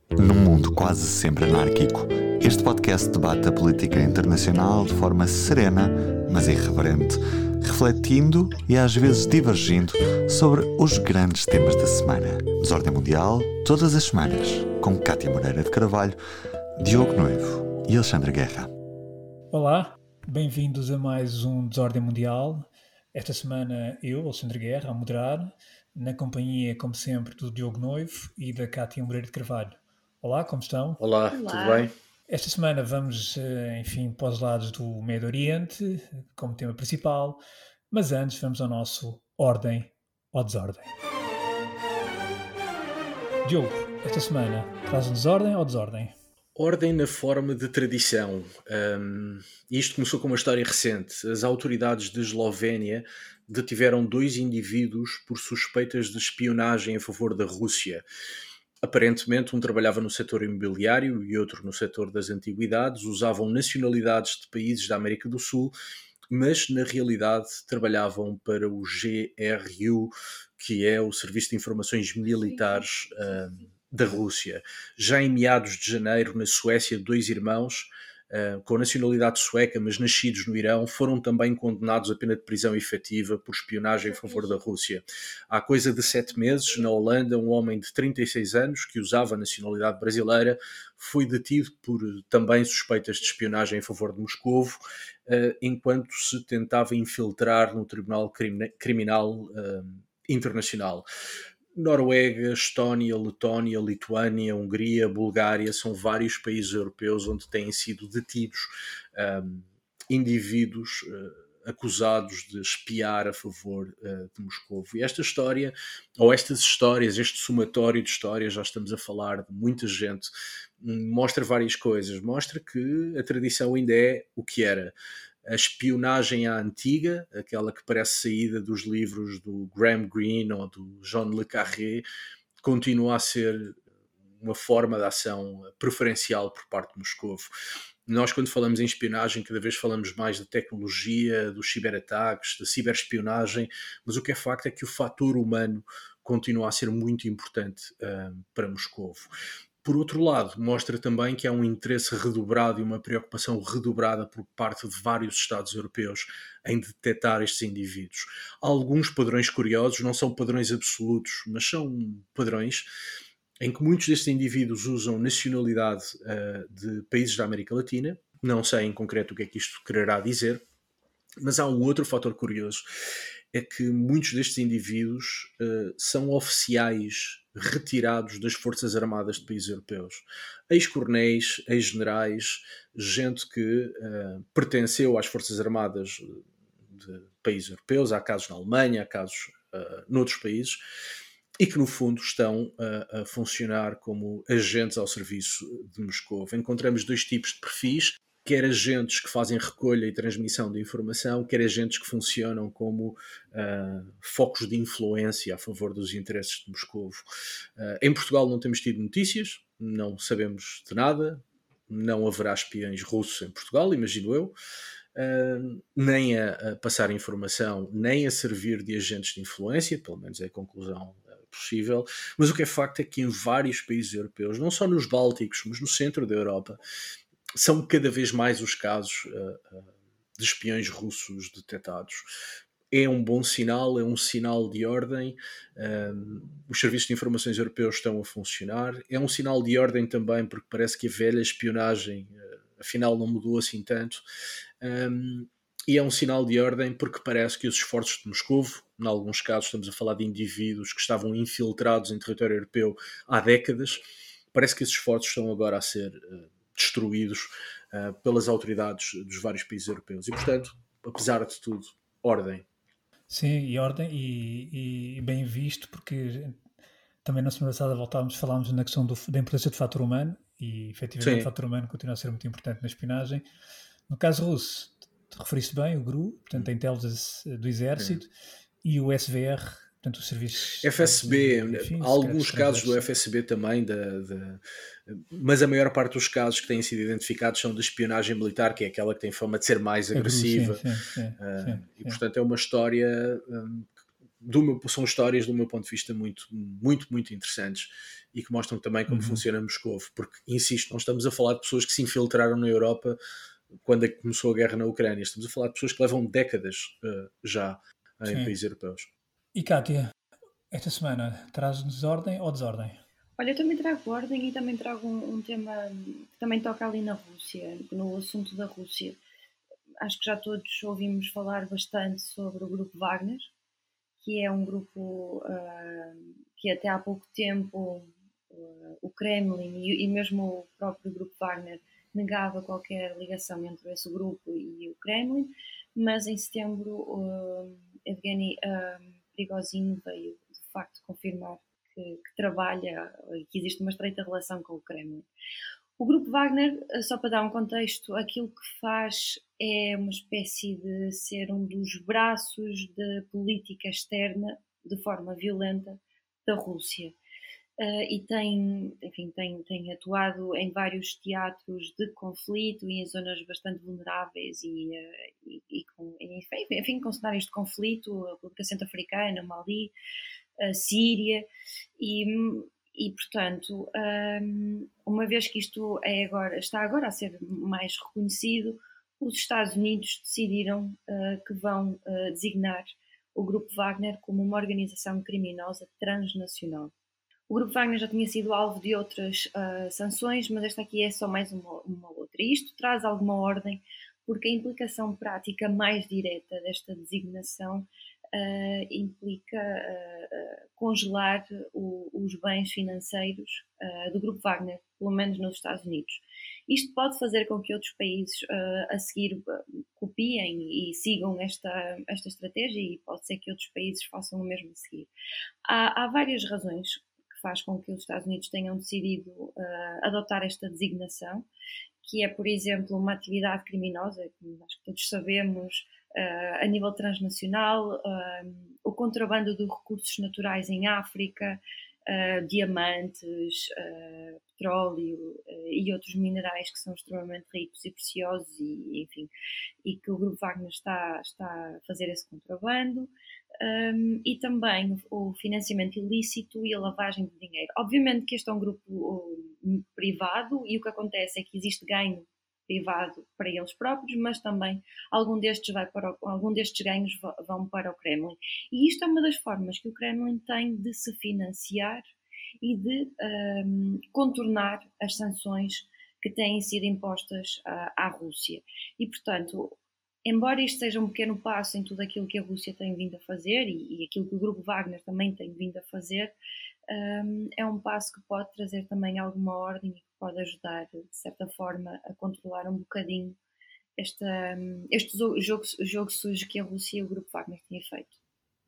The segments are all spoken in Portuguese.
Num mundo quase sempre anárquico, este podcast debate a política internacional de forma serena, mas irreverente, refletindo e às vezes divergindo sobre os grandes temas da semana. Desordem Mundial, todas as semanas, com Cátia Moreira de Carvalho, Diogo Noivo e Alexandre Guerra. Olá, bem-vindos a mais um Desordem Mundial. Esta semana eu, Alexandre Guerra, a moderar, na companhia, como sempre, do Diogo Noivo e da Cátia Moreira de Carvalho. Olá, como estão? Olá, tudo bem? Esta semana vamos, para os lados do Médio Oriente, como tema principal, mas antes vamos ao nosso Ordem ou Desordem. Diogo, esta semana traz-nos ordem ou desordem? Ordem na forma de tradição. Isto começou com uma história recente. As autoridades de Eslovénia detiveram 2 indivíduos por suspeitas de espionagem a favor da Rússia. Aparentemente, um trabalhava no setor imobiliário e outro no setor das antiguidades, usavam nacionalidades de países da América do Sul, mas na realidade trabalhavam para o GRU, que é o Serviço de Informações Militares da Rússia. Já em meados de janeiro, na Suécia, 2 irmãos com nacionalidade sueca, mas nascidos no Irão, foram também condenados a pena de prisão efetiva por espionagem a favor da Rússia. Há coisa de 7 meses, na Holanda, um homem de 36 anos, que usava a nacionalidade brasileira, foi detido por também suspeitas de espionagem a favor de Moscovo, enquanto se tentava infiltrar no Tribunal Criminal Internacional. Noruega, Estónia, Letónia, Lituânia, Hungria, Bulgária, são vários países europeus onde têm sido detidos indivíduos acusados de espiar a favor de Moscovo. E esta história, ou estas histórias, este somatório de histórias, já estamos a falar de muita gente, mostra várias coisas. Mostra que a tradição ainda é o que era. A espionagem à antiga, aquela que parece saída dos livros do Graham Greene ou do John Le Carré, continua a ser uma forma de ação preferencial por parte de Moscovo. Nós, quando falamos em espionagem, cada vez falamos mais da tecnologia, dos ciberataques, da ciberespionagem, mas o que é facto é que o fator humano continua a ser muito importante para Moscovo. Por outro lado, mostra também que há um interesse redobrado e uma preocupação redobrada por parte de vários Estados europeus em detectar estes indivíduos. Há alguns padrões curiosos, não são padrões absolutos, mas são padrões em que muitos destes indivíduos usam nacionalidade de países da América Latina. Não sei em concreto o que é que isto quererá dizer, mas há um outro fator curioso, é que muitos destes indivíduos são oficiais retirados das Forças Armadas de países europeus. Ex-coronéis, ex-generais, gente que pertenceu às Forças Armadas de países europeus, há casos na Alemanha, há casos noutros países, e que no fundo estão a funcionar como agentes ao serviço de Moscou. Encontramos 2 tipos de perfis, quer agentes que fazem recolha e transmissão de informação, quer agentes que funcionam como focos de influência a favor dos interesses de Moscou. Em Portugal não temos tido notícias, não sabemos de nada, não haverá espiões russos em Portugal, imagino eu, nem a passar informação, nem a servir de agentes de influência, pelo menos é a conclusão possível, mas o que é facto é que em vários países europeus, não só nos Bálticos, mas no centro da Europa, são cada vez mais os casos de espiões russos detectados. É um bom sinal, é um sinal de ordem. Os serviços de informações europeus estão a funcionar. É um sinal de ordem também porque parece que a velha espionagem afinal não mudou assim tanto. E é um sinal de ordem porque parece que os esforços de Moscovo, em alguns casos estamos a falar de indivíduos que estavam infiltrados em território europeu há décadas, parece que esses esforços estão agora a ser destruídos pelas autoridades dos vários países europeus. E, portanto, apesar de tudo, ordem. Sim, e ordem, e bem visto, porque também na semana passada falámos na questão da importância do fator humano, e efetivamente o fator humano continua a ser muito importante na espionagem. No caso russo, te referiste bem, o GRU, portanto a Intelligence do Exército, e o SVR, portanto os serviços... FSB, há alguns casos do FSB também, mas a maior parte dos casos que têm sido identificados são de espionagem militar, que é aquela que tem fama de ser mais agressiva. Sim. E portanto é uma história são histórias, do meu ponto de vista, muito, muito, muito interessantes e que mostram também como funciona Moscovo, porque, insisto, não estamos a falar de pessoas que se infiltraram na Europa quando começou a guerra na Ucrânia, estamos a falar de pessoas que levam décadas já em países europeus. E Kátia, esta semana traz-nos ordem ou desordem? Olha, eu também trago ordem e também trago um tema que também toca ali na Rússia, no assunto da Rússia. Acho que já todos ouvimos falar bastante sobre o grupo Wagner, que é um grupo que até há pouco tempo o Kremlin e mesmo o próprio grupo Wagner negava qualquer ligação entre esse grupo e o Kremlin, mas em setembro Evgeny Prigozhin veio de facto confirmar que trabalha e que existe uma estreita relação com o Kremlin. O grupo Wagner, só para dar um contexto, aquilo que faz é uma espécie de ser um dos braços da política externa, de forma violenta, da Rússia. E tem atuado em vários teatros de conflito e em zonas bastante vulneráveis com cenários de conflito, a República Centro-Africana, Mali, a Síria e portanto, uma vez que isto está agora a ser mais reconhecido, os Estados Unidos decidiram que vão designar o Grupo Wagner como uma organização criminosa transnacional. O Grupo Wagner já tinha sido alvo de outras sanções, mas esta aqui é só mais uma outra. E isto traz alguma ordem, porque a implicação prática mais direta desta designação implica congelar os bens financeiros do Grupo Wagner, pelo menos nos Estados Unidos. Isto pode fazer com que outros países a seguir copiem e sigam esta estratégia e pode ser que outros países façam o mesmo a seguir. Há várias razões que faz com que os Estados Unidos tenham decidido adotar esta designação, que é, por exemplo, uma atividade criminosa, como acho que todos sabemos, a nível transnacional, o contrabando de recursos naturais em África, diamantes, petróleo e outros minerais que são extremamente ricos e preciosos e que o Grupo Wagner está a fazer esse contrabando, e também o financiamento ilícito e a lavagem de dinheiro. Obviamente que este é um grupo privado e o que acontece é que existe ganho privado para eles próprios, mas também algum destes ganhos vão para o Kremlin. E isto é uma das formas que o Kremlin tem de se financiar e de contornar as sanções que têm sido impostas à Rússia. E, portanto, embora isto seja um pequeno passo em tudo aquilo que a Rússia tem vindo a fazer e aquilo que o Grupo Wagner também tem vindo a fazer, é um passo que pode trazer também alguma ordem e que pode ajudar, de certa forma, a controlar um bocadinho este jogo sujo que a Rússia e o Grupo Wagner têm feito.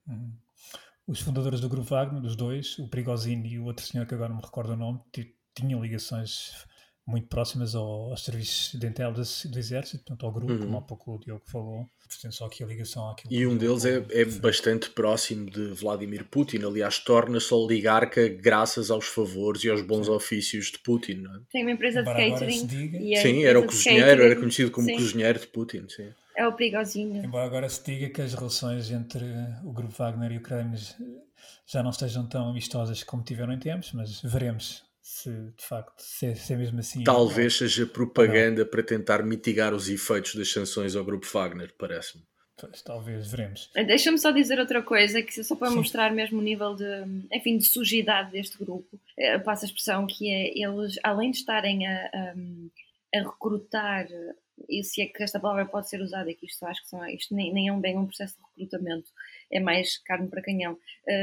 Os fundadores do Grupo Wagner, os dois, o Prigozhin e o outro senhor que agora não me recordo o nome, tinham ligações muito próximas aos serviços de intelligence do exército, portanto ao grupo, como há pouco o Diogo falou. Portanto, só aqui a ligação àquilo. E um deles é bastante próximo de Vladimir Putin, aliás, torna-se oligarca graças aos favores e aos bons ofícios de Putin, não é? Tem uma empresa de catering. Sim, era o cozinheiro, era conhecido como cozinheiro de Putin, sim. É o Prigozhin. Embora agora se diga que as relações entre o Grupo Wagner e o Kremlin já não estejam tão amistosas como tiveram em tempos, mas veremos se de facto se é mesmo assim. Talvez seja propaganda para tentar mitigar os efeitos das sanções ao Grupo Wagner, parece-me. Pois, talvez, veremos. Deixa-me só dizer outra coisa, que só para mostrar mesmo o nível de sujidade deste grupo, passa a expressão que é, eles, além de estarem a recrutar, e se é que esta palavra pode ser usada aqui, acho que isto nem é bem um processo de recrutamento, é mais carne para canhão,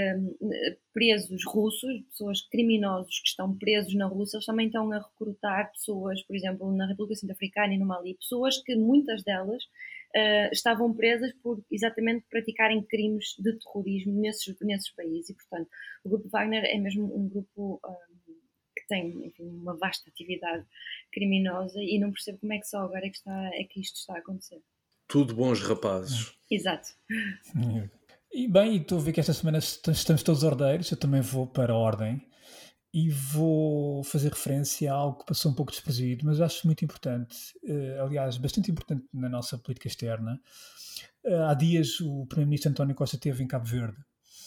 presos russos, pessoas criminosos que estão presos na Rússia, eles também estão a recrutar pessoas, por exemplo, na República Centro-Africana e no Mali, pessoas que muitas delas estavam presas por exatamente praticarem crimes de terrorismo nesses países e, portanto, o Grupo Wagner é mesmo um grupo que tem, enfim, uma vasta atividade criminosa e não percebo como é que só agora é que isto está a acontecer. Tudo bons rapazes. Exato. E bem, estou a ver que esta semana estamos todos ordeiros, eu também vou para a ordem e vou fazer referência a algo que passou um pouco despercebido, mas acho muito importante, aliás, bastante importante na nossa política externa. Há dias o Primeiro-Ministro António Costa esteve em Cabo Verde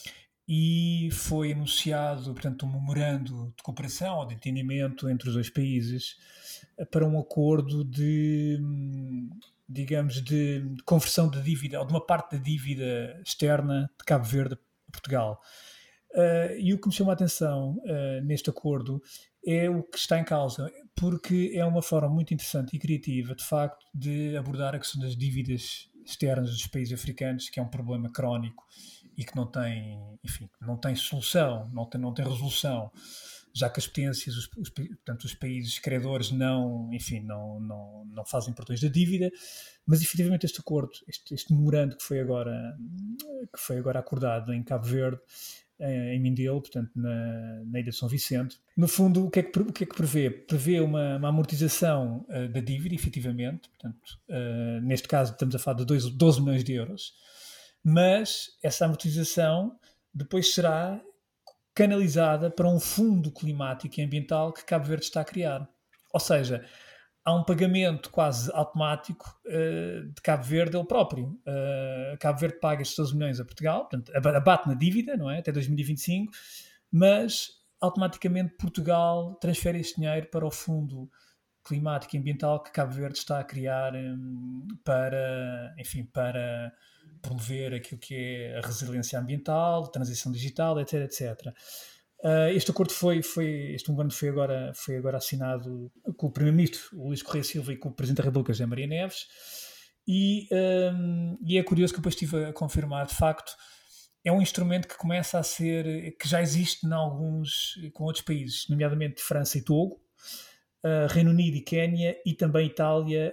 e foi anunciado, portanto, um memorando de cooperação ou de entendimento entre os dois países para um acordo de, digamos, de conversão de dívida, ou de uma parte da dívida externa de Cabo Verde a Portugal. E o que me chama a atenção neste acordo é o que está em causa, porque é uma forma muito interessante e criativa, de facto, de abordar a questão das dívidas externas dos países africanos, que é um problema crónico e que não tem, enfim, não tem solução, não tem resolução, já que as potências, portanto, os países credores não fazem perdões da dívida, mas efetivamente este acordo, este memorando que foi agora acordado em Cabo Verde, em Mindelo, portanto na Ilha de São Vicente. No fundo, o que é que prevê? Prevê uma amortização da dívida, efetivamente, portanto, neste caso estamos a falar de 12 milhões de euros, mas essa amortização depois será canalizada para um fundo climático e ambiental que Cabo Verde está a criar. Ou seja, há um pagamento quase automático de Cabo Verde ele próprio. Cabo Verde paga estes 12 milhões a Portugal, portanto, abate na dívida, não é? Até 2025, mas automaticamente Portugal transfere este dinheiro para o fundo climático e ambiental que Cabo Verde está a criar para promover aquilo que é a resiliência ambiental, a transição digital, etc, etc. Este acordo este memorando foi agora assinado com o Primeiro-Ministro Luís Correia Silva e com o Presidente da República José Maria Neves, e é curioso que depois estive a confirmar, de facto, é um instrumento que começa a ser, que já existe com outros países, nomeadamente França e Togo, Reino Unido e Quénia, e também Itália,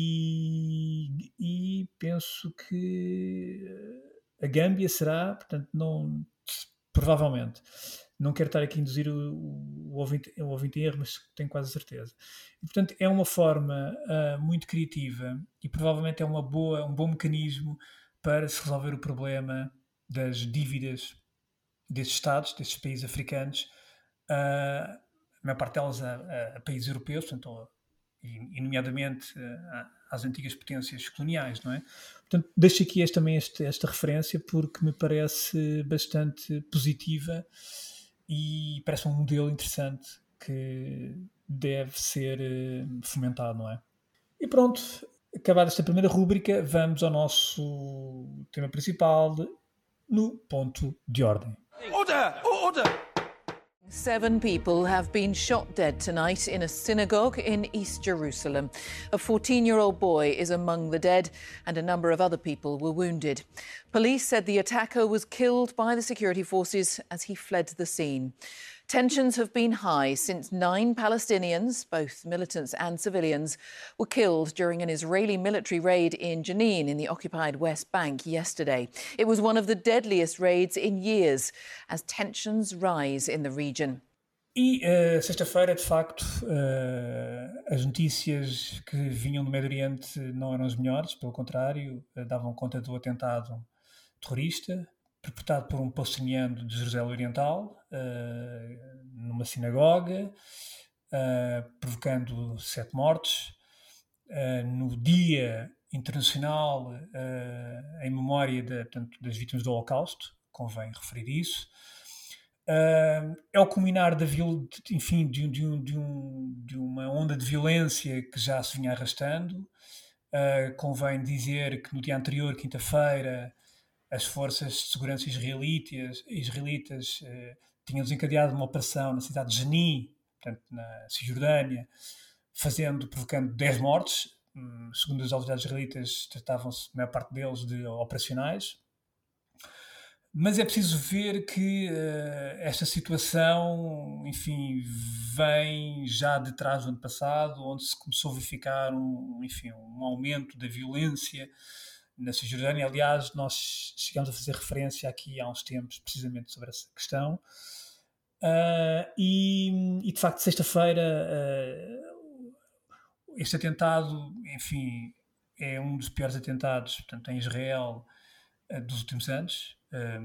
e penso que a Gâmbia será, portanto, provavelmente. Não quero estar aqui a induzir o ouvinte em erro, mas tenho quase certeza. E, portanto, é uma forma muito criativa e provavelmente é um bom mecanismo para se resolver o problema das dívidas desses Estados, desses países africanos, a maior parte delas a países europeus, portanto, e nomeadamente às antigas potências coloniais, não é? Portanto, deixo aqui esta referência porque me parece bastante positiva e parece um modelo interessante que deve ser fomentado, não é? E pronto, acabada esta primeira rúbrica, vamos ao nosso tema principal, no ponto de ordem. Order! Order! 7 people have been shot dead tonight in a synagogue in East Jerusalem. A 14-year-old boy is among the dead and a number of other people were wounded. Police said the attacker was killed by the security forces as he fled the scene. Tensions have been high since 9 Palestinians, both militants and civilians, were killed during an Israeli military raid in Jenin in the occupied West Bank yesterday. It was one of the deadliest raids in years as tensions rise in the region. E sexta-feira, de facto, as notícias que vinham do Médio Oriente não eram as melhores, pelo contrário, davam conta do atentado terrorista perpetrado por um palestiniano de Jerusalém Oriental, numa sinagoga, provocando 7 mortes. No Dia Internacional em memória das vítimas do Holocausto, convém referir isso. É o culminar de uma onda de violência que já se vinha arrastando. Convém dizer que no dia anterior, quinta-feira, as forças de segurança israelitas tinham desencadeado uma operação na cidade de Jenin, portanto, na Cisjordânia, provocando 10 mortes. Segundo as autoridades israelitas, tratavam-se, a maior parte deles, de operacionais. Mas é preciso ver que esta situação, enfim, vem já de trás do ano passado, onde se começou a verificar um aumento da violência na Cisjordânia. Aliás, nós chegamos a fazer referência aqui há uns tempos precisamente sobre essa questão. E de facto, sexta-feira, este atentado, enfim, é um dos piores atentados, portanto, em Israel dos últimos anos.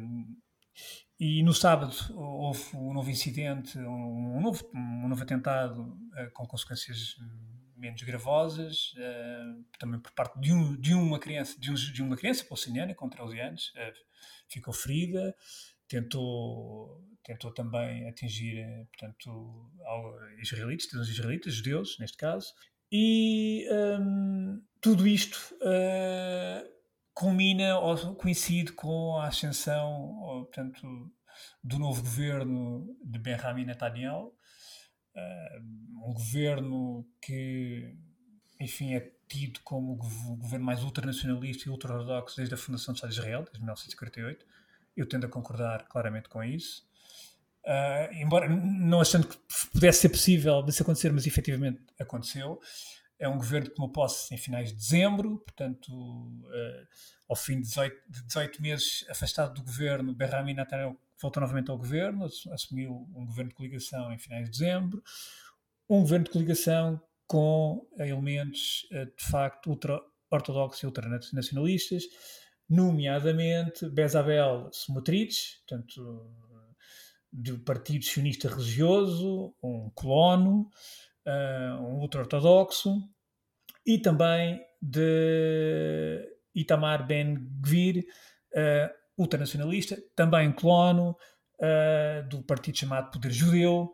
E no sábado houve um novo incidente, um novo atentado com consequências menos gravosas, também por parte de uma criança palestiniana com 13 anos, ficou ferida. tentou também atingir, portanto, israelitas, cidadãos israelitas, judeus, neste caso, e tudo isto culmina ou coincide com a ascensão, portanto, do novo governo de Benjamin Netanyahu, um governo que, enfim, é tido como o governo mais ultranacionalista e ultra-ortodoxo desde a fundação do Estado de Israel, desde 1948. Eu tendo a concordar claramente com isso. Embora não achando que pudesse ser possível disso acontecer, mas efetivamente aconteceu. É um governo que tomou posse em finais de dezembro, portanto, ao fim de 18 meses afastado do governo, Benjamin Netanyahu voltou novamente ao governo, assumiu um governo de coligação em finais de dezembro, um governo de coligação com elementos, de facto, ultra-ortodoxos e ultranacionalistas, nomeadamente Bezalel Smotrich, portanto, do Partido Sionista Religioso, um colono, um ultra-ortodoxo, e também de Itamar Ben-Gvir, ultranacionalista, também um colono do partido chamado Poder Judeu,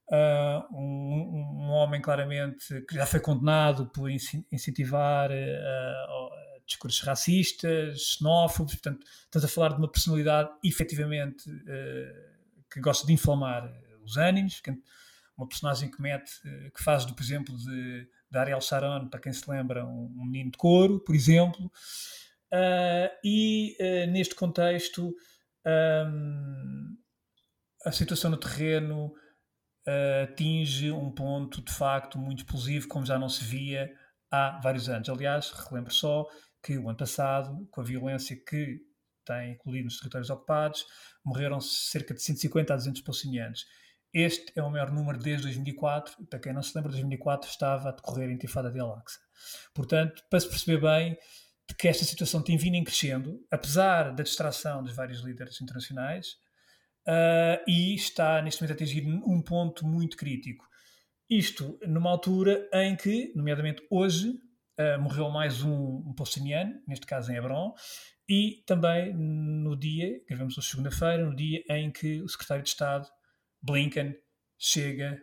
um homem claramente que já foi condenado por incentivar discursos racistas, xenófobos. Portanto, estamos a falar de uma personalidade efetivamente que gosta de inflamar os ânimos, uma personagem que faz, por exemplo, de Ariel Sharon, para quem se lembra, um menino de couro, por exemplo. Neste contexto, a situação no terreno atinge um ponto, de facto, muito explosivo, como já não se via há vários anos. Aliás, relembro só que o ano passado, com a violência que tem eclodido nos territórios ocupados, morreram cerca de 150 a 200 palestinianos. Este é o maior número desde 2004. Para quem não se lembra, 2004 estava a decorrer a Intifada de Al-Aqsa. Portanto, para se perceber bem de que esta situação tem vindo em crescendo, apesar da distração dos vários líderes internacionais, e está neste momento a atingir um ponto muito crítico. Isto numa altura em que, nomeadamente hoje, morreu mais um palestiniano, neste caso em Hebron, e também no dia, gravamos hoje segunda-feira, no dia em que o secretário de Estado, Blinken, chega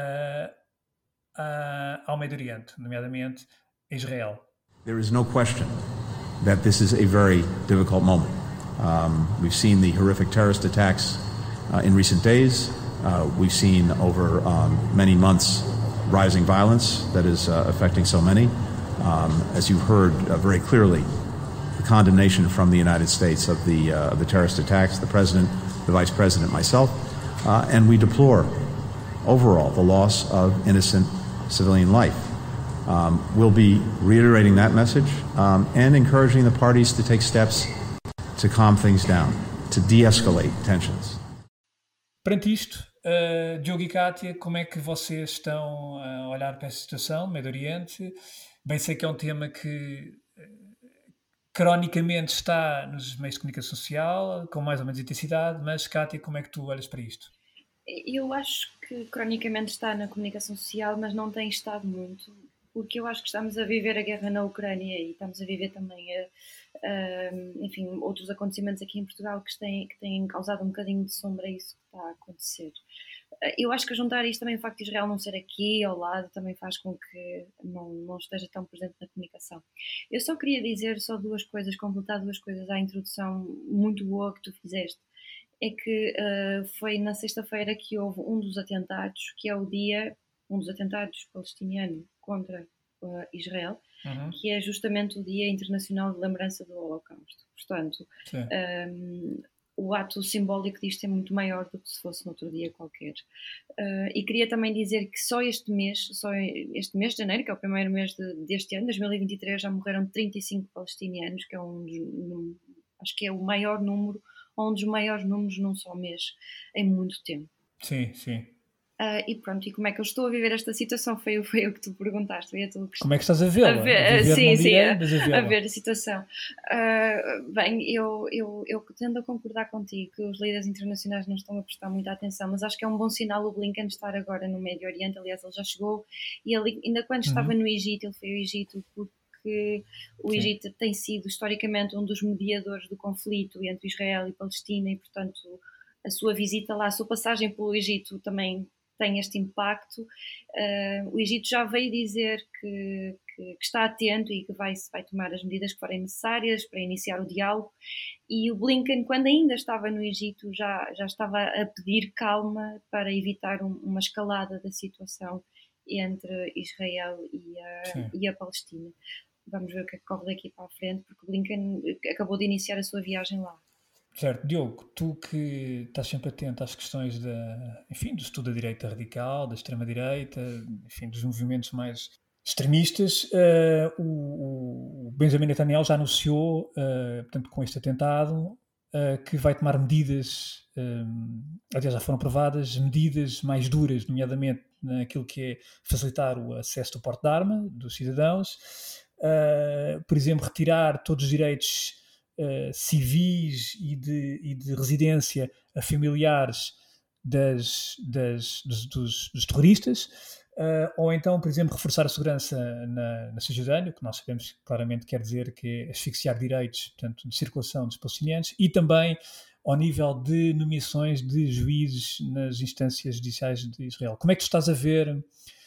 ao Médio Oriente, nomeadamente a Israel. There is no question that this is a very difficult moment. We've seen the horrific terrorist attacks in recent days. We've seen over many months rising violence that is affecting so many. As you've heard very clearly, the condemnation from the United States of the terrorist attacks, the President, the Vice President, myself, and we deplore overall the loss of innocent civilian life. We'll be reiterating that message and encouraging the parties to take steps to calm things down, to de-escalate tensions. Perante isto, Diogo e Kátia, como é que vocês estão a olhar para esta situação, Médio Oriente? Bem sei que é um tema que cronicamente está nos meios de comunicação social, com mais ou menos intensidade, mas Kátia, como é que tu olhas para isto? Eu acho que cronicamente está na comunicação social, mas não tem estado muito, porque eu acho que estamos a viver a guerra na Ucrânia e estamos a viver também enfim, outros acontecimentos aqui em Portugal que têm causado um bocadinho de sombra a isso que está a acontecer. Eu acho que juntar isto também o facto de Israel não ser aqui ao lado também faz com que não esteja tão presente na comunicação. Eu só queria dizer duas coisas, completar duas coisas à introdução muito boa que tu fizeste. É que foi na sexta-feira que houve um dos atentados, que é um dos atentados palestinianos contra Israel, que é justamente o Dia Internacional de Lembrança do Holocausto. Portanto, o ato simbólico disto é muito maior do que se fosse noutro dia qualquer. E queria também dizer que só este mês de janeiro, que é o primeiro mês deste ano, 2023, já morreram 35 palestinianos, que é acho que é o maior número, ou um dos maiores números num só mês, em muito tempo. Sim, sim. E pronto, e como é que eu estou a viver esta situação? Foi o que tu perguntaste. Como é que estás a vê-la? A ver a situação. Bem, eu tendo a concordar contigo que os líderes internacionais não estão a prestar muita atenção, mas acho que é um bom sinal o Blinken estar agora no Médio Oriente. Aliás, ele já chegou, e ele, ainda quando estava no Egito, ele foi ao Egito porque o Egito tem sido historicamente um dos mediadores do conflito entre Israel e Palestina, e portanto a sua visita lá, a sua passagem pelo Egito também tem este impacto. O Egito já veio dizer que está atento e que vai tomar as medidas que forem necessárias para iniciar o diálogo, e o Blinken, quando ainda estava no Egito, já estava a pedir calma para evitar uma escalada da situação entre Israel e a Palestina. Vamos ver o que é que corre daqui para a frente, porque o Blinken acabou de iniciar a sua viagem lá. Certo. Diogo, tu que estás sempre atento às questões do estudo da direita radical, da extrema-direita, enfim, dos movimentos mais extremistas, o Benjamin Netanyahu já anunciou, portanto, com este atentado, que vai tomar medidas, aliás, já foram aprovadas, medidas mais duras, nomeadamente naquilo que é facilitar o acesso do porte de arma dos cidadãos, por exemplo, retirar todos os direitos civis e de residência a familiares dos terroristas, ou então, por exemplo, reforçar a segurança na Cisjordânia, que nós sabemos claramente quer dizer que é asfixiar direitos, portanto, de circulação dos palestinianos, e também ao nível de nomeações de juízes nas instâncias judiciais de Israel. Como é que tu estás a ver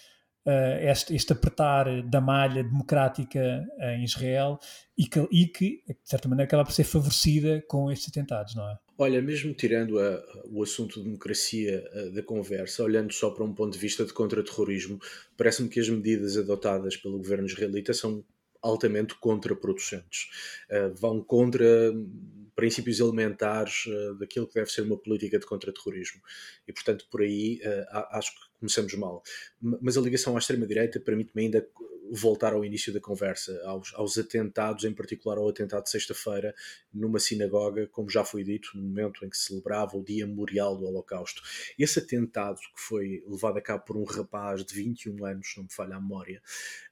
este apertar da malha democrática em Israel e que, de certa maneira, acaba por ser favorecida com estes atentados, não é? Olha, mesmo tirando o assunto de democracia da conversa, olhando só para um ponto de vista de contra-terrorismo, parece-me que as medidas adotadas pelo governo israelita são altamente contraproducentes. Vão contra princípios elementares daquilo que deve ser uma política de contra-terrorismo. E, portanto, por aí acho que começamos mal. Mas a ligação à extrema-direita permite-me ainda voltar ao início da conversa, aos atentados, em particular ao atentado de sexta-feira, numa sinagoga, como já foi dito, no momento em que se celebrava o Dia Memorial do Holocausto. Esse atentado, que foi levado a cabo por um rapaz de 21 anos, não me falha a memória,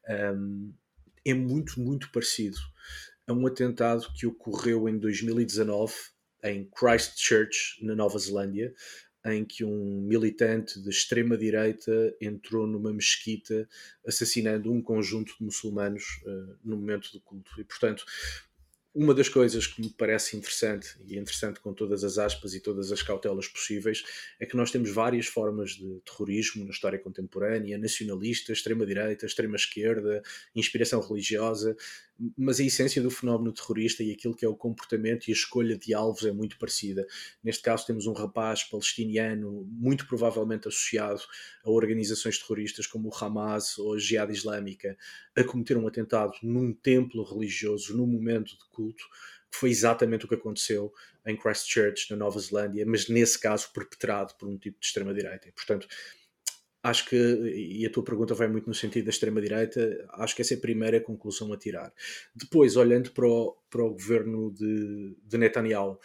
é muito, muito parecido a um atentado que ocorreu em 2019 em Christchurch, na Nova Zelândia, em que um militante de extrema-direita entrou numa mesquita assassinando um conjunto de muçulmanos no momento do culto. E, portanto, uma das coisas que me parece interessante, e interessante com todas as aspas e todas as cautelas possíveis, é que nós temos várias formas de terrorismo na história contemporânea, nacionalista, extrema-direita, extrema-esquerda, inspiração religiosa, mas a essência do fenómeno terrorista e aquilo que é o comportamento e a escolha de alvos é muito parecida. Neste caso temos um rapaz palestiniano muito provavelmente associado a organizações terroristas como o Hamas ou a Jihad Islâmica a cometer um atentado num templo religioso no momento de culto, que foi exatamente o que aconteceu em Christchurch, na Nova Zelândia, mas nesse caso perpetrado por um tipo de extrema-direita. E, portanto, acho que, e a tua pergunta vai muito no sentido da extrema-direita, acho que essa é a primeira conclusão a tirar. Depois, olhando para o governo de Netanyahu,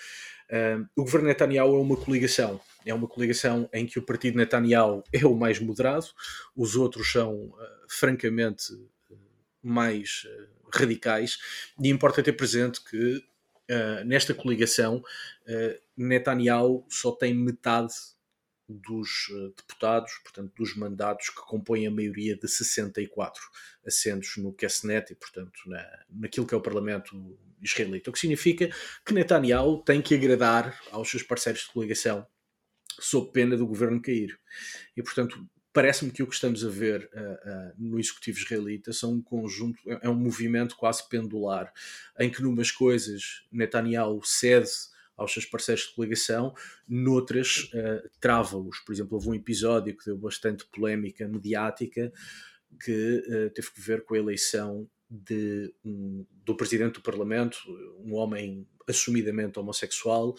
o governo Netanyahu é uma coligação em que o partido Netanyahu é o mais moderado, os outros são francamente mais radicais, e importa ter presente que nesta coligação Netanyahu só tem metade dos deputados, portanto dos mandatos que compõem a maioria de 64 assentos no Knesset e, portanto, naquilo que é o Parlamento israelita. O que significa que Netanyahu tem que agradar aos seus parceiros de coligação sob pena do governo cair. E, portanto, parece-me que o que estamos a ver no executivo israelita é um movimento quase pendular, em que numas coisas Netanyahu cede aos seus parceiros de coligação, noutras trava-os. Por exemplo, houve um episódio que deu bastante polémica mediática que teve que ver com a eleição do presidente do Parlamento, um homem assumidamente homossexual,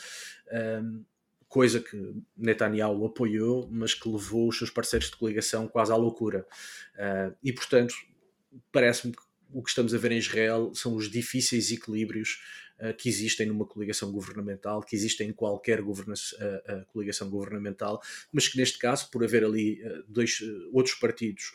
coisa que Netanyahu apoiou, mas que levou os seus parceiros de coligação quase à loucura. E, portanto, parece-me que o que estamos a ver em Israel são os difíceis equilíbrios que existem numa coligação governamental, que existem em qualquer coligação governamental, mas que neste caso, por haver ali dois outros partidos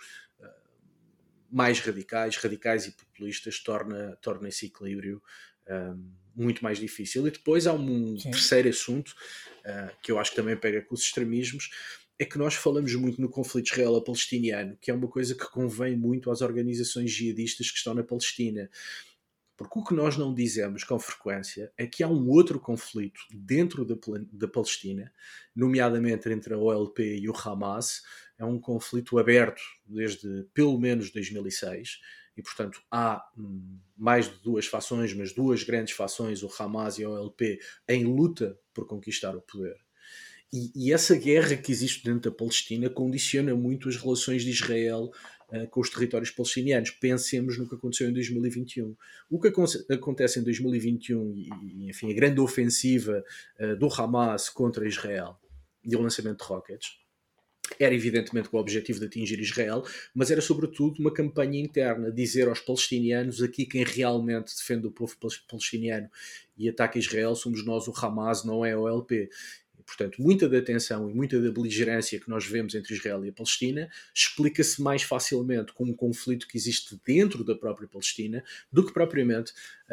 mais radicais e populistas, torna esse equilíbrio muito mais difícil. E depois há um terceiro assunto que eu acho que também pega com os extremismos, é que nós falamos muito no conflito israelo-palestiniano, que é uma coisa que convém muito às organizações jihadistas que estão na Palestina. Porque o que nós não dizemos com frequência é que há um outro conflito dentro da Palestina, nomeadamente entre a OLP e o Hamas. É um conflito aberto desde pelo menos 2006 e, portanto, há mais de duas fações, mas duas grandes fações, o Hamas e a OLP, em luta por conquistar o poder. E essa guerra que existe dentro da Palestina condiciona muito as relações de Israel com os territórios palestinianos. Pensemos no que aconteceu em 2021. O que acontece em 2021 e enfim, a grande ofensiva do Hamas contra Israel e o lançamento de rockets, era evidentemente com o objetivo de atingir Israel, mas era sobretudo uma campanha interna, dizer aos palestinianos: aqui quem realmente defende o povo palestiniano e ataca Israel somos nós, o Hamas, não é a OLP. Portanto, muita da tensão e muita da beligerância que nós vemos entre Israel e a Palestina explica-se mais facilmente com um conflito que existe dentro da própria Palestina do que propriamente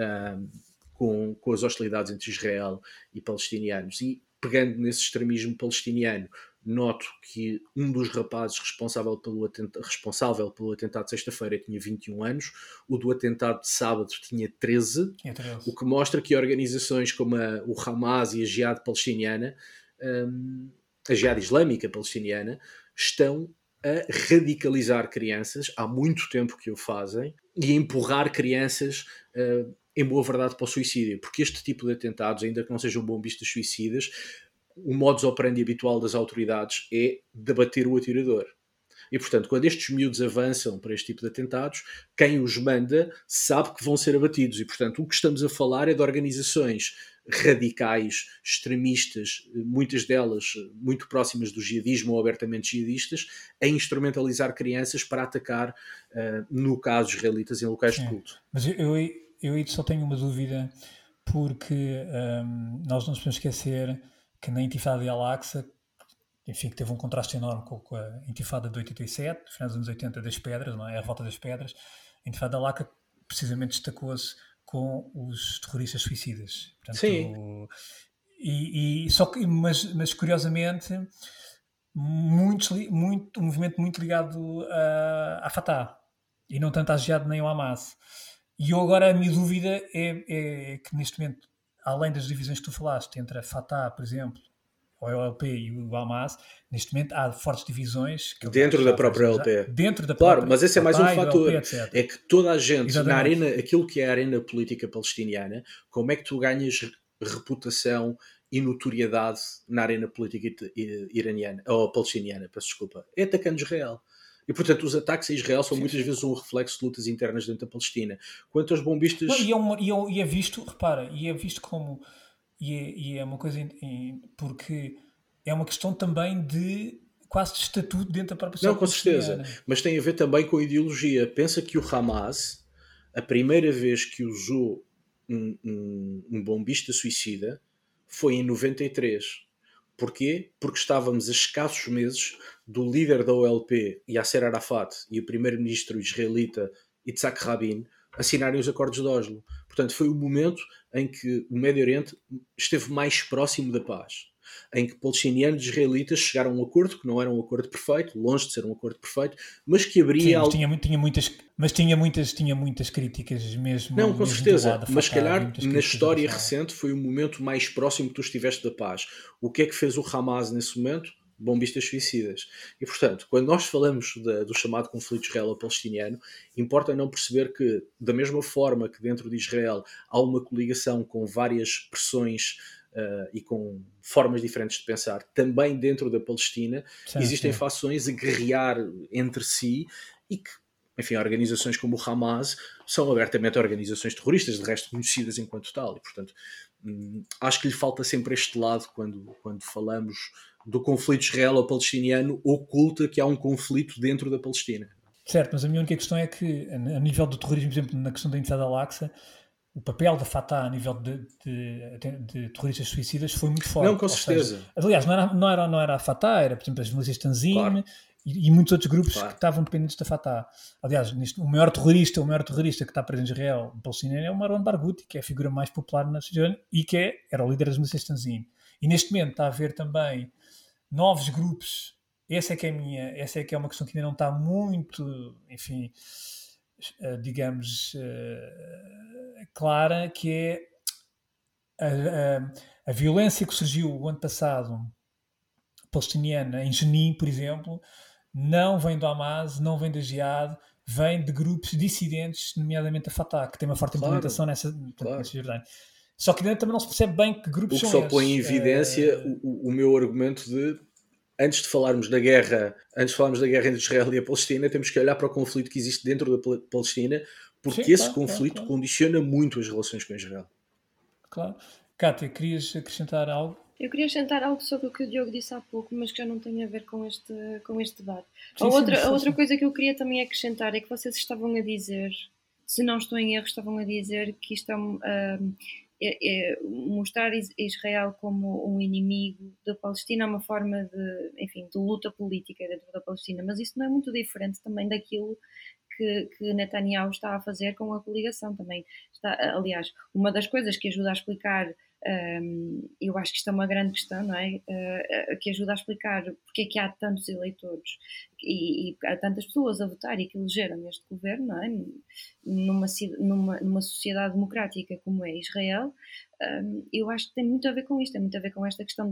com as hostilidades entre Israel e palestinianos. E, pegando nesse extremismo palestiniano, noto que um dos rapazes responsável pelo atentado de sexta-feira tinha 21 anos, o do atentado de sábado tinha 13, o que mostra que organizações como o Hamas e a Jihad palestiniana, a Jihad islâmica palestiniana, estão a radicalizar crianças, há muito tempo que o fazem, e a empurrar crianças, em boa verdade, para o suicídio, porque este tipo de atentados, ainda que não sejam bombistas suicidas, o modus operandi habitual das autoridades é debater o atirador. E, portanto, quando estes miúdos avançam para este tipo de atentados, quem os manda sabe que vão ser abatidos. E, portanto, o que estamos a falar é de organizações radicais, extremistas, muitas delas muito próximas do jihadismo ou abertamente jihadistas, a instrumentalizar crianças para atacar, no caso, israelitas em locais de culto. Mas eu só tenho uma dúvida, porque nós não nos podemos esquecer que na Intifada de Al-Aqsa, enfim, que teve um contraste enorme com a Intifada de 87, finais dos anos 80, das pedras, não é? A revolta das pedras. A Intifada de Al-Aqsa precisamente destacou-se com os terroristas suicidas. Portanto, sim. Mas curiosamente, um movimento muito ligado à Fatah, e não tanto à Jihad nem ao Hamas. E eu agora, a minha dúvida é que neste momento, além das divisões que tu falaste entre a Fatah, por exemplo, o OLP e o Hamas, neste momento há fortes divisões que dentro da própria OLP. Dentro da claro, própria, mas esse é mais um fator. OLP, é que toda a gente, exatamente, na arena, aquilo que é a arena política palestiniana, como é que tu ganhas reputação e notoriedade na arena política iraniana, ou palestiniana, peço desculpa, é atacando Israel. E, portanto, os ataques a Israel são muitas vezes um reflexo de lutas internas dentro da Palestina. Quanto aos bombistas... Não, e é visto, repara, e é visto como... E é uma coisa... porque é uma questão também de quase de estatuto dentro da própria Não, com certeza. Mas tem a ver também com a ideologia. Pensa que o Hamas, a primeira vez que usou um bombista suicida foi em 93. Porquê? Porque estávamos a escassos meses do líder da OLP, Yasser Arafat, e o primeiro-ministro israelita Yitzhak Rabin assinarem os acordos de Oslo. Portanto, foi o momento em que o Médio Oriente esteve mais próximo da paz, em que palestinianos e israelitas chegaram a um acordo que não era um acordo perfeito, longe de ser um acordo perfeito, mas que abria... Sim, mas tinha muitas críticas mesmo. Não, com mesmo certeza, mas se calhar na história recente foi o momento mais próximo que tu estiveste da paz. O que é que fez o Hamas nesse momento? Bombistas suicidas. E, portanto, quando nós falamos do chamado conflito israelo-palestiniano, importa não perceber que, da mesma forma que dentro de Israel há uma coligação com várias pressões e com formas diferentes de pensar, também dentro da Palestina existem fações a guerrear entre si e que, enfim, organizações como o Hamas são abertamente organizações terroristas, de resto conhecidas enquanto tal. E, portanto, acho que lhe falta sempre este lado quando falamos do conflito israelo-palestiniano, oculta que há um conflito dentro da Palestina. Certo, mas a minha única questão é que, a nível do terrorismo, por exemplo, na questão da Intifada de Al-Aqsa, o papel da Fatah a nível de terroristas suicidas foi muito forte. Não, com certeza. Seja, aliás, não era a Fatah, era, por exemplo, as milícias Tanzim, claro, e muitos outros grupos, claro, que estavam dependentes da Fatah. Aliás, o maior terrorista que está preso em Israel, o palestiniano, é o Marwan Barghouti, que é a figura mais popular na região e que era o líder das milícias Tanzim. E neste momento está a haver também novos grupos. Essa é que é uma questão que ainda não está muito, enfim, digamos, clara, que é a violência que surgiu o ano passado palestiniana em Jenin, por exemplo, não vem do Hamas, não vem da Jihad, vem de grupos dissidentes, nomeadamente a Fatah, que tem uma forte implementação nessa Jordânia. Só que também não se percebe bem que grupos são esses. O que só põe em evidência o meu argumento de, antes de falarmos da guerra entre Israel e a Palestina, temos que olhar para o conflito que existe dentro da Palestina, porque esse conflito condiciona muito as relações com Israel. Claro. Cátia, querias acrescentar algo? Eu queria acrescentar algo sobre o que o Diogo disse há pouco, mas que já não tem a ver com este debate. A outra coisa que eu queria também acrescentar é que vocês estavam a dizer, se não estou em erro, estavam a dizer que isto é mostrar Israel como um inimigo da Palestina é uma forma de luta política dentro da Palestina, mas isso não é muito diferente também daquilo que Netanyahu está a fazer com a coligação também. Aliás, uma das coisas que ajuda a explicar, eu acho que isto é uma grande questão, não é? Que ajuda a explicar porque é que há tantos eleitores e há tantas pessoas a votar e que elegeram este governo, não é? Numa sociedade democrática como é Israel, eu acho que tem muito a ver com isto, tem muito a ver com esta questão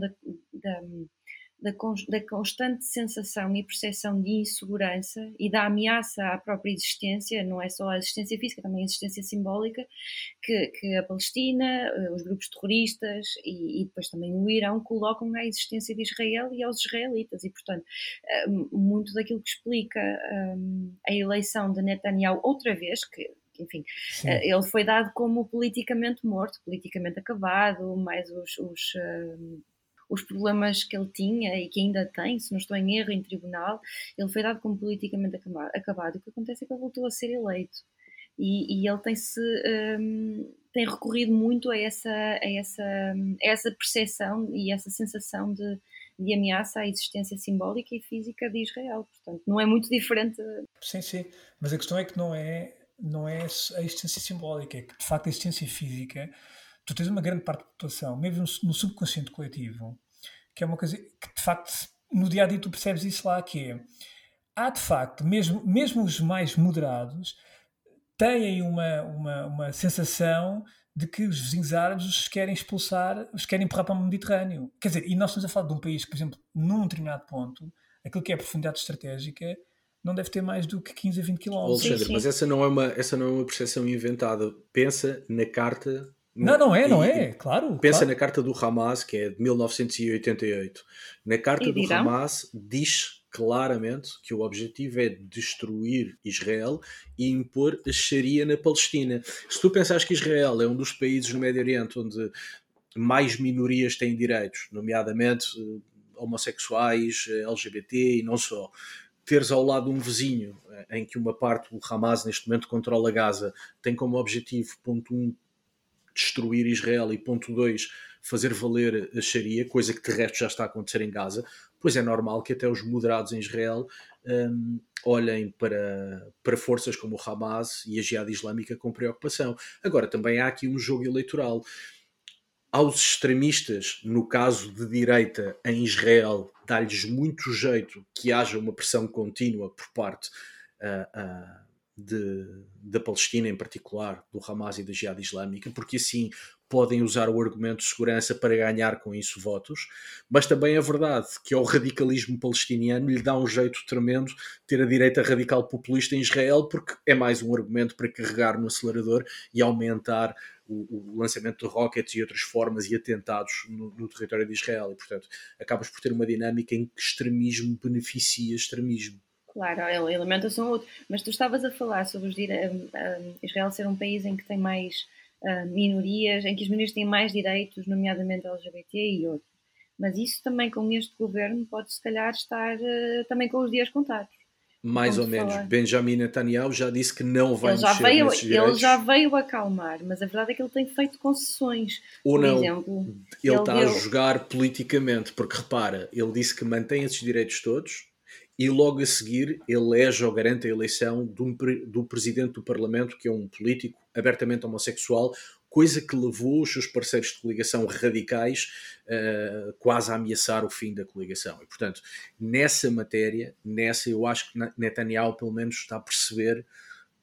da constante sensação e percepção de insegurança e da ameaça à própria existência, não é só a existência física, também a existência simbólica, que a Palestina, os grupos terroristas e depois também o Irão colocam à existência de Israel e aos israelitas. E, portanto, muito daquilo que explica a eleição de Netanyahu outra vez, que enfim, ele foi dado como politicamente morto, politicamente acabado, mais os problemas que ele tinha e que ainda tem, se não estou em erro, em tribunal, ele foi dado como politicamente acabado. O que acontece é que ele voltou a ser eleito e ele tem recorrido muito a essa percepção e essa sensação de ameaça à existência simbólica e física de Israel. Portanto, não é muito diferente. Sim, mas a questão é que não é a existência simbólica, é que de facto a existência física, tu tens uma grande parte da população, mesmo no subconsciente coletivo, que é uma coisa que de facto no dia a dia tu percebes isso lá, que é, há de facto, mesmo os mais moderados têm uma sensação de que os vizinhos árabes os querem expulsar, os querem empurrar para o Mediterrâneo. Quer dizer, e nós estamos a falar de um país que, por exemplo, num determinado ponto, aquilo que é a profundidade estratégica não deve ter mais do que 15 a 20 km. Alexandre, mas essa não é uma percepção inventada. Pensa na carta... Não é, claro. Pensa na carta do Hamas, que é de 1988. Na carta do Hamas diz claramente que o objetivo é destruir Israel e impor a Sharia na Palestina. Se tu pensares que Israel é um dos países no Médio Oriente onde mais minorias têm direitos, nomeadamente homossexuais, LGBT e não só, teres ao lado um vizinho em que uma parte do Hamas neste momento controla Gaza, tem como objetivo, ponto 1, destruir Israel e ponto 2, fazer valer a Sharia, coisa que de resto já está a acontecer em Gaza, pois é normal que até os moderados em Israel olhem para forças como o Hamas e a Jihad Islâmica com preocupação. Agora, também há aqui um jogo eleitoral. Aos extremistas, no caso de direita em Israel, dá-lhes muito jeito que haja uma pressão contínua por parte da Palestina em particular, do Hamas e da Jihad Islâmica, porque assim podem usar o argumento de segurança para ganhar com isso votos, mas também é verdade que ao radicalismo palestiniano lhe dá um jeito tremendo ter a direita radical populista em Israel, porque é mais um argumento para carregar no acelerador e aumentar o lançamento de rockets e outras formas e atentados no território de Israel, e portanto acabas por ter uma dinâmica em que extremismo beneficia extremismo. Claro, elementos são outros, mas tu estavas a falar sobre Israel ser um país em que tem mais minorias, em que as minorias têm mais direitos, nomeadamente LGBT e outros. Mas isso também com este governo pode se calhar estar também com os dias contados. Mais ou menos. Benjamin Netanyahu já disse que não vai mexer nesses direitos. Ele já veio acalmar, mas a verdade é que ele tem feito concessões. Ou por não, exemplo, ele está a jogar politicamente, porque repara, ele disse que mantém esses direitos todos e logo a seguir elege ou garante a eleição do presidente do Parlamento, que é um político abertamente homossexual, coisa que levou os seus parceiros de coligação radicais quase a ameaçar o fim da coligação. E, portanto, nessa matéria, eu acho que Netanyahu pelo menos está a perceber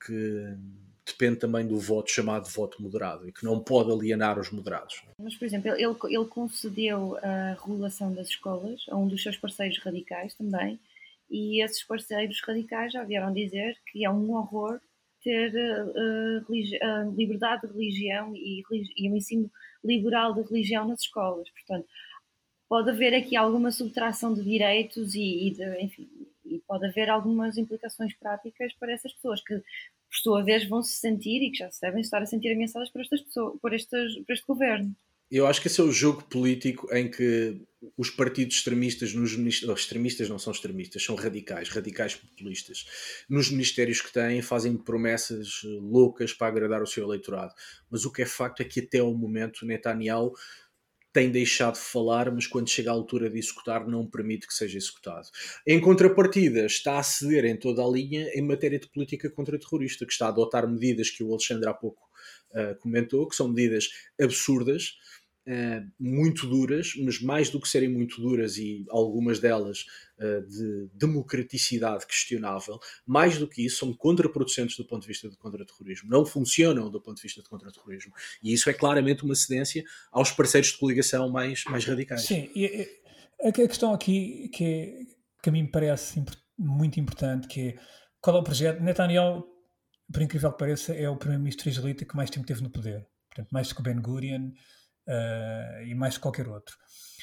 que depende também do voto chamado voto moderado e que não pode alienar os moderados. Mas, por exemplo, ele concedeu a regulação das escolas a um dos seus parceiros radicais também, e esses parceiros radicais já vieram dizer que é um horror ter liberdade de religião e um ensino liberal de religião nas escolas. Portanto, pode haver aqui alguma subtração de direitos e pode haver algumas implicações práticas para essas pessoas que, por sua vez, vão se sentir e que já se devem estar a sentir ameaçadas por estas pessoas, por este governo. Eu acho que esse é o jogo político em que os partidos extremistas, extremistas não são extremistas, são radicais populistas, nos ministérios que têm, fazem promessas loucas para agradar o seu eleitorado. Mas o que é facto é que até ao momento Netanyahu tem deixado de falar, mas quando chega à altura de executar, não permite que seja executado. Em contrapartida, está a ceder em toda a linha em matéria de política contra-terrorista, que está a adotar medidas que o Alexandre há pouco comentou, que são medidas absurdas, muito duras, mas mais do que serem muito duras e algumas delas de democraticidade questionável, mais do que isso são contraproducentes do ponto de vista de contra-terrorismo, não funcionam do ponto de vista de contra-terrorismo, e isso é claramente uma cedência aos parceiros de coligação mais radicais. Sim, e a questão aqui que a mim me parece muito importante, que é qual é o projeto. Netanyahu, por incrível que pareça, é o primeiro-ministro israelita que mais tempo teve no poder, portanto mais do que Ben-Gurion e mais que qualquer outro.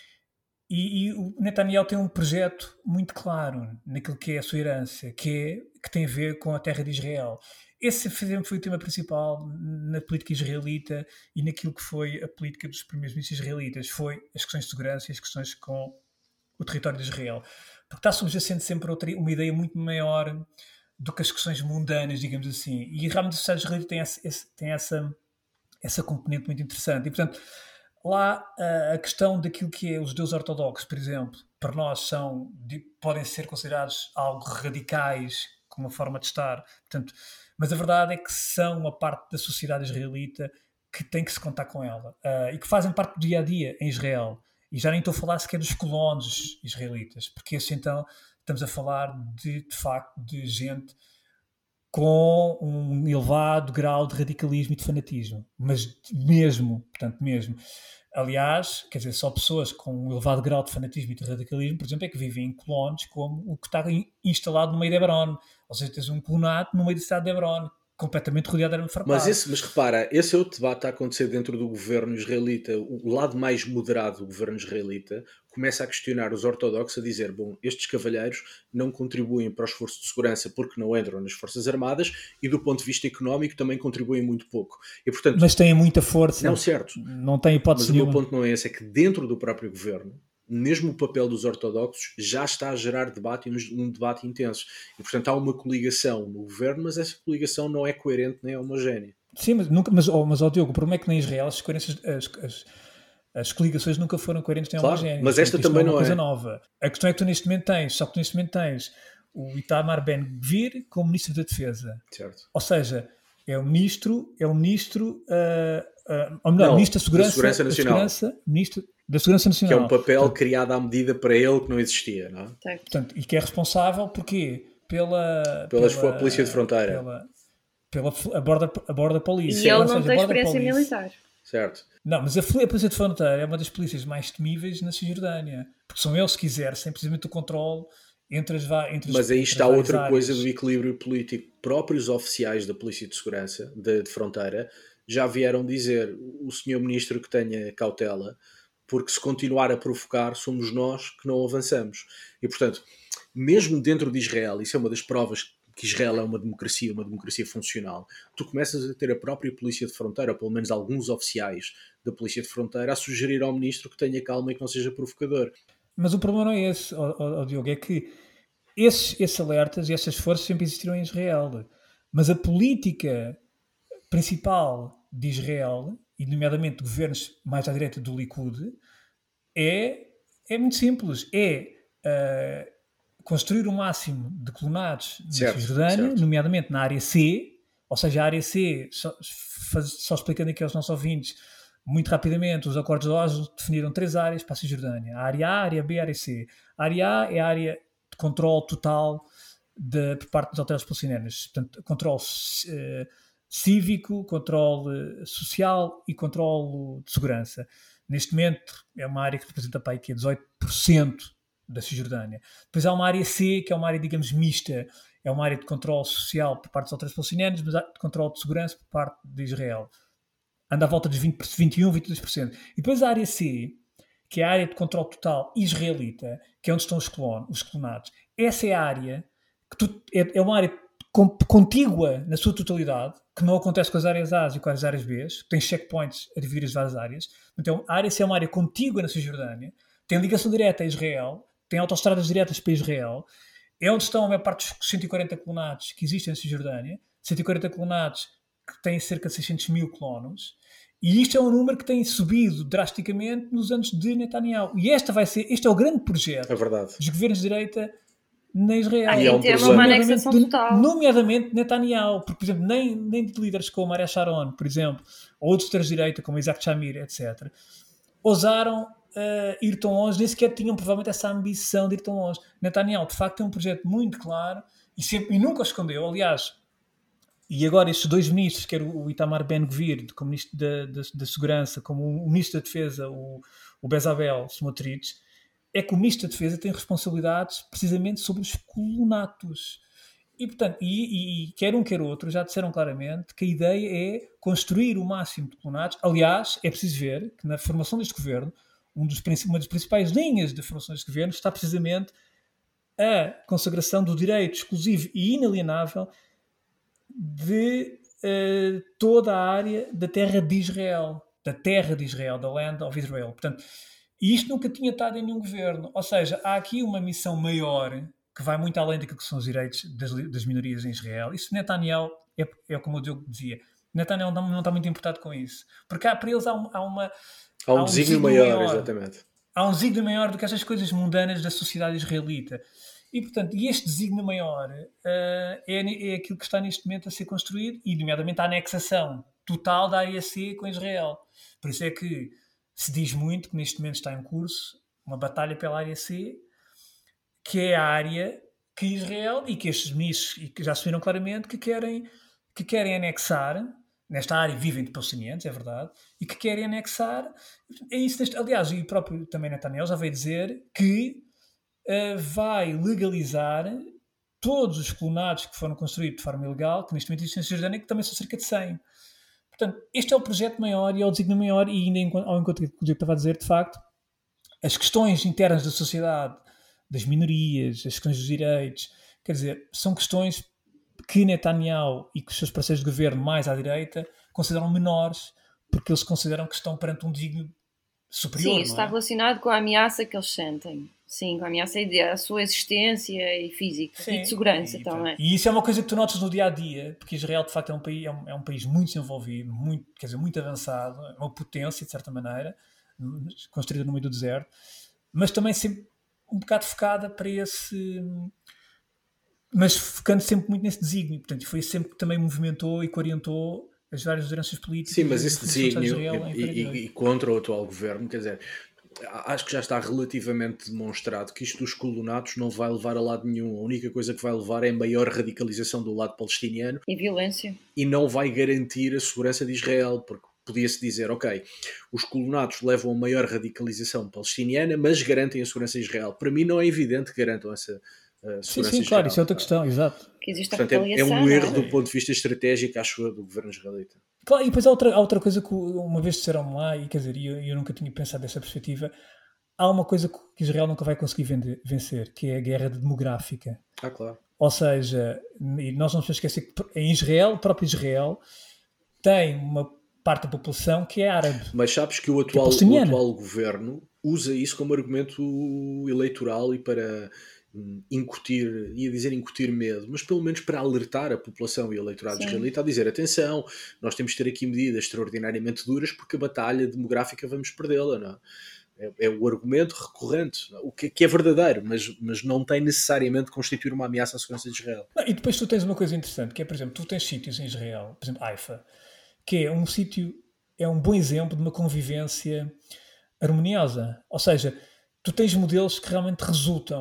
E o Netanyahu tem um projeto muito claro naquilo que é a sua herança, que tem a ver com a terra de Israel. Esse foi o tema principal na política israelita e naquilo que foi a política dos primeiros ministros israelitas, foi as questões de segurança e as questões com o território de Israel. Porque está subjacente sempre uma ideia muito maior do que as questões mundanas, digamos assim. E realmente o Estado israelita tem essa componente muito interessante. E, portanto, lá a questão daquilo que é os judeus ortodoxos, por exemplo, para nós podem ser considerados algo radicais, como uma forma de estar, portanto, mas a verdade é que são uma parte da sociedade israelita que tem que se contar com ela e que fazem parte do dia-a-dia em Israel. E já nem estou a falar sequer dos colonos israelitas, porque esse, então, estamos a falar de facto de gente com um elevado grau de radicalismo e de fanatismo, mas mesmo. Aliás, quer dizer, só pessoas com um elevado grau de fanatismo e de radicalismo, por exemplo, é que vivem em colonos como o que está instalado no meio de Hebron. Ou seja, tens um colonato no meio da cidade de Hebron, completamente rodeado de arame farpado. Mas repara, esse é o debate que está a acontecer dentro do governo israelita. O lado mais moderado do governo israelita começa a questionar os ortodoxos, a dizer, bom, estes cavalheiros não contribuem para o esforço de segurança porque não entram nas Forças Armadas e do ponto de vista económico também contribuem muito pouco. E, portanto, mas têm muita força. Não, certo. Não tem hipótese nenhuma. Mas o meu ponto não é esse, é que dentro do próprio governo, mesmo o papel dos ortodoxos já está a gerar debate e um debate intenso. E, portanto, há uma coligação no governo, mas essa coligação não é coerente nem é homogénea. Sim, mas Diogo, o problema é que na Israel as coligações nunca foram coerentes nem homogéneas. Mas esta também não é. Coisa nova. A questão é que tu neste momento tens o Itamar Ben-Gvir como Ministro da Defesa. Certo. Ou seja, é o Ministro Ministro da Segurança Nacional. Ministro da Segurança Nacional. Que é um papel criado à medida para ele que não existia, não é? Portanto, e que é responsável porquê? Pela Polícia de Fronteira. Pela Border Police. E ele não tem experiência militar. Certo. Não, mas a Polícia de Fronteira é uma das polícias mais temíveis na Cisjordânia. Porque são eles, se quiserem, precisamente o controle entre as Mas aí está outra coisa do equilíbrio político. Próprios oficiais da Polícia de Segurança, de Fronteira, já vieram dizer, o senhor Ministro que tenha cautela, porque se continuar a provocar, somos nós que não avançamos. E, portanto, mesmo dentro de Israel, isso é uma das provas que Israel é uma democracia funcional, tu começas a ter a própria Polícia de Fronteira, ou pelo menos alguns oficiais da Polícia de Fronteira, a sugerir ao Ministro que tenha calma e que não seja provocador. Mas o problema não é esse, Diogo, é que esses alertas e essas forças sempre existiram em Israel. Mas a política principal de Israel, e nomeadamente de governos mais à direita do Likud, é muito simples. Construir o máximo de colonatos na Cisjordânia, nomeadamente na área C, ou seja, a área C, só explicando aqui aos nossos ouvintes, muito rapidamente, os acordos de Oslo definiram 3 áreas para a Cisjordânia. A área A, a área B e a área C. A área A é a área de controle total por parte das autoridades palestinianas. Portanto, controle cívico, controle social e controle de segurança. Neste momento é uma área que representa para aí que é 18% da Cisjordânia. Depois há uma área C, que é uma área, digamos, mista. É uma área de controle social por parte das autoridades palestinianas, mas de controle de segurança por parte de Israel. Anda à volta dos 21, 22%. E depois a área C, que é a área de controle total israelita, que é onde estão os colonados. Essa é a área que é uma área contígua na sua totalidade, que não acontece com as áreas A e com as áreas B, que tem checkpoints a dividir as várias áreas. Então, a área C é uma área contígua na Cisjordânia, tem ligação direta a Israel, tem autoestradas diretas para Israel, é onde estão a maior parte dos 140 colonados que existem na Cisjordânia, 140 colonados que têm cerca de 600 mil colonos, e isto é um número que tem subido drasticamente nos anos de Netanyahu. E este é o grande projeto dos governos de direita na Israel. E é um problema. Uma anexação total. Nomeadamente Netanyahu, porque, por exemplo, nem de líderes como Ariel Sharon, por exemplo, ou outros de direita, como Isaac Shamir, etc., ousaram ir tão longe, nem sequer tinham provavelmente essa ambição de ir tão longe. Netanyahu, de facto, tem um projeto muito claro e nunca o escondeu. Aliás, e agora estes dois ministros, quer o Itamar Ben-Gvir, como ministro da Segurança, como o ministro da Defesa, o Bezalel Smotrich, é que o ministro da Defesa tem responsabilidades precisamente sobre os colonatos. E, portanto, quer um quer outro já disseram claramente que a ideia é construir o máximo de colonatos. Aliás, é preciso ver que na formação deste governo, uma das principais linhas da formação deste governo está precisamente a consagração do direito exclusivo e inalienável de toda a área da terra de Israel, da Land of Israel. Portanto, e isto nunca tinha estado em nenhum governo. Ou seja, há aqui uma missão maior que vai muito além daquilo que são os direitos das minorias em Israel. Isso Netanyahu, é como o Diogo dizia, Netanyahu não está muito importado com isso. Porque para eles há um desígnio maior, exatamente. Há um desígnio maior do que essas coisas mundanas da sociedade israelita. E, portanto, este desígnio maior é aquilo que está neste momento a ser construído, e, nomeadamente, a anexação total da área C com Israel. Por isso é que se diz muito que neste momento está em curso uma batalha pela área C, que é a área que Israel e que estes ministros e que já se viram claramente que querem anexar. Nesta área vivem de palestinianos, é verdade, e que querem anexar. É isso, aliás, e o próprio também Netanyahu já veio dizer que vai legalizar todos os colonados que foram construídos de forma ilegal, que neste momento existem em Cisjordânia, que também são cerca de 100. Portanto, este é o projeto maior e é o desígnio maior, e ainda ao encontro do que o Diego estava a dizer, de facto, as questões internas da sociedade, das minorias, as questões dos direitos, quer dizer, são questões que Netanyahu e que os seus parceiros de governo mais à direita consideram menores, porque eles consideram que estão perante um desígnio superior. Sim, isso está relacionado com a ameaça que eles sentem. Sim, com a ameaça da sua existência e física. Sim, e de segurança também. E isso é uma coisa que tu notas no dia-a-dia, porque Israel, de facto, é um país muito desenvolvido, muito avançado, é uma potência, de certa maneira, construída no meio do deserto, mas também sempre um bocado focada para esse... Mas focando sempre muito nesse desígnio. Portanto, foi sempre que também movimentou e que orientou as várias lideranças políticas. Sim, mas esse desígnio e contra o atual governo, quer dizer, acho que já está relativamente demonstrado que isto dos colonatos não vai levar a lado nenhum. A única coisa que vai levar é a maior radicalização do lado palestiniano. E violência. E não vai garantir a segurança de Israel, porque podia-se dizer, ok, os colonatos levam a maior radicalização palestiniana, mas garantem a segurança de Israel. Para mim não é evidente que garantam essa segurança sim, claro, isso é outra questão, exato. Que existe Portanto, é um erro do ponto de vista estratégico, acho eu, do governo israelita. Claro, e depois há outra coisa que uma vez disseram lá, e quer dizer, eu nunca tinha pensado dessa perspectiva, há uma coisa que Israel nunca vai conseguir vencer, que é a guerra demográfica. Claro. Ou seja, e nós não podemos esquecer que em Israel, o próprio Israel, tem uma parte da população que é árabe. Mas sabes que o atual governo usa isso como argumento eleitoral e para incutir, ia dizer incutir medo, mas pelo menos para alertar a população e o eleitorado israelita a dizer, atenção, nós temos que ter aqui medidas extraordinariamente duras porque a batalha demográfica vamos perdê-la, não é? É o argumento recorrente, o que é verdadeiro, mas não tem necessariamente de constituir uma ameaça à segurança de Israel. E depois tu tens uma coisa interessante, que é, por exemplo, tu tens sítios em Israel, por exemplo, Haifa, que é um sítio, é um bom exemplo de uma convivência harmoniosa. Ou seja, tu tens modelos que realmente resultam.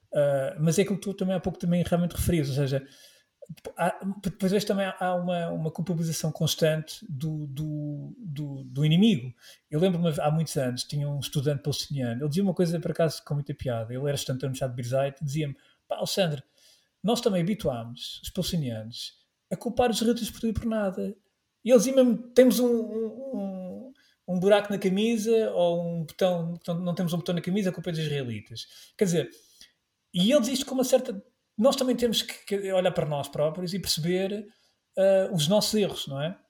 Mas é aquilo que tu também há pouco também realmente referias, ou seja, depois vezes também há uma culpabilização constante do inimigo. Eu lembro-me, há muitos anos, tinha um estudante palestiniano, ele dizia uma coisa, por acaso, com muita piada. Ele era estudante da Universidade de Birzeit e dizia-me: pá, Alexandre, nós também habituámos os palestinianos a culpar os israelitas por tudo e por nada. E eles diziam mesmo: temos um buraco na camisa ou um botão, não temos um botão na camisa, a culpa é dos israelitas. Quer dizer, e ele diz isto com uma certa... Nós também temos que olhar para nós próprios e perceber os nossos erros, não é?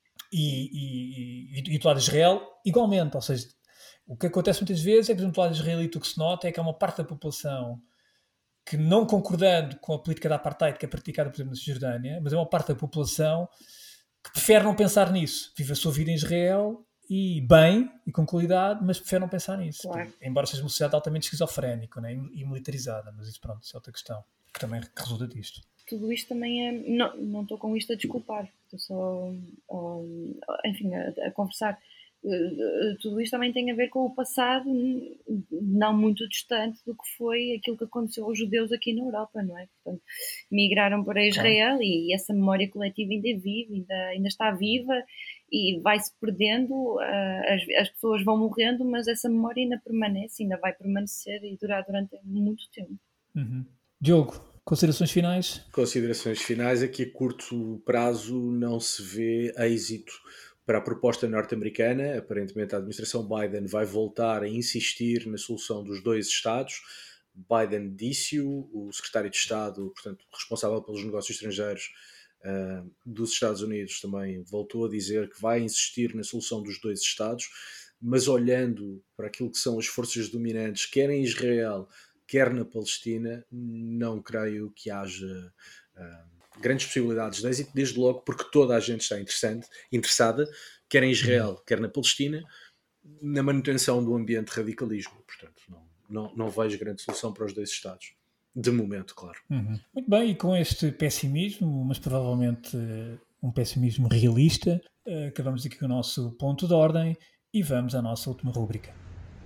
E do lado de Israel, igualmente. Ou seja, o que acontece muitas vezes é que, do lado israelita, o que se nota é que há uma parte da população que, não concordando com a política da apartheid que é praticada, por exemplo, na Cisjordânia, mas é uma parte da população que prefere não pensar nisso. Vive a sua vida em Israel e bem, e com qualidade, mas prefere não pensar nisso. Claro. Embora seja uma sociedade altamente esquizofrénica, né? E militarizada, mas isso, pronto, isso é outra questão que também resulta disto. Tudo isto também é... Não estou com isto a desculpar, estou só enfim, a conversar. Tudo isto também tem a ver com o passado não muito distante do que foi aquilo que aconteceu aos judeus aqui na Europa, não é? Portanto, migraram para Israel e essa memória coletiva ainda vive, ainda está viva e vai-se perdendo, as pessoas vão morrendo, mas essa memória ainda permanece, ainda vai permanecer e durar durante muito tempo. Uhum. Diogo, considerações finais? Considerações finais é que a curto prazo não se vê êxito para a proposta norte-americana. Aparentemente a administração Biden vai voltar a insistir na solução dos 2 Estados. Biden disse-o, o secretário de Estado, portanto, responsável pelos negócios estrangeiros dos Estados Unidos, também voltou a dizer que vai insistir na solução dos 2 Estados, mas olhando para aquilo que são as forças dominantes, quer em Israel, quer na Palestina, não creio que haja grandes possibilidades de êxito, desde logo porque toda a gente está interessada, quer em Israel, quer na Palestina, na manutenção do ambiente de radicalismo. Portanto, não vejo grande solução para os 2 Estados. De momento, claro. Uhum. Muito bem, e com este pessimismo, mas provavelmente um pessimismo realista, acabamos aqui com o nosso ponto de ordem e vamos à nossa última rúbrica.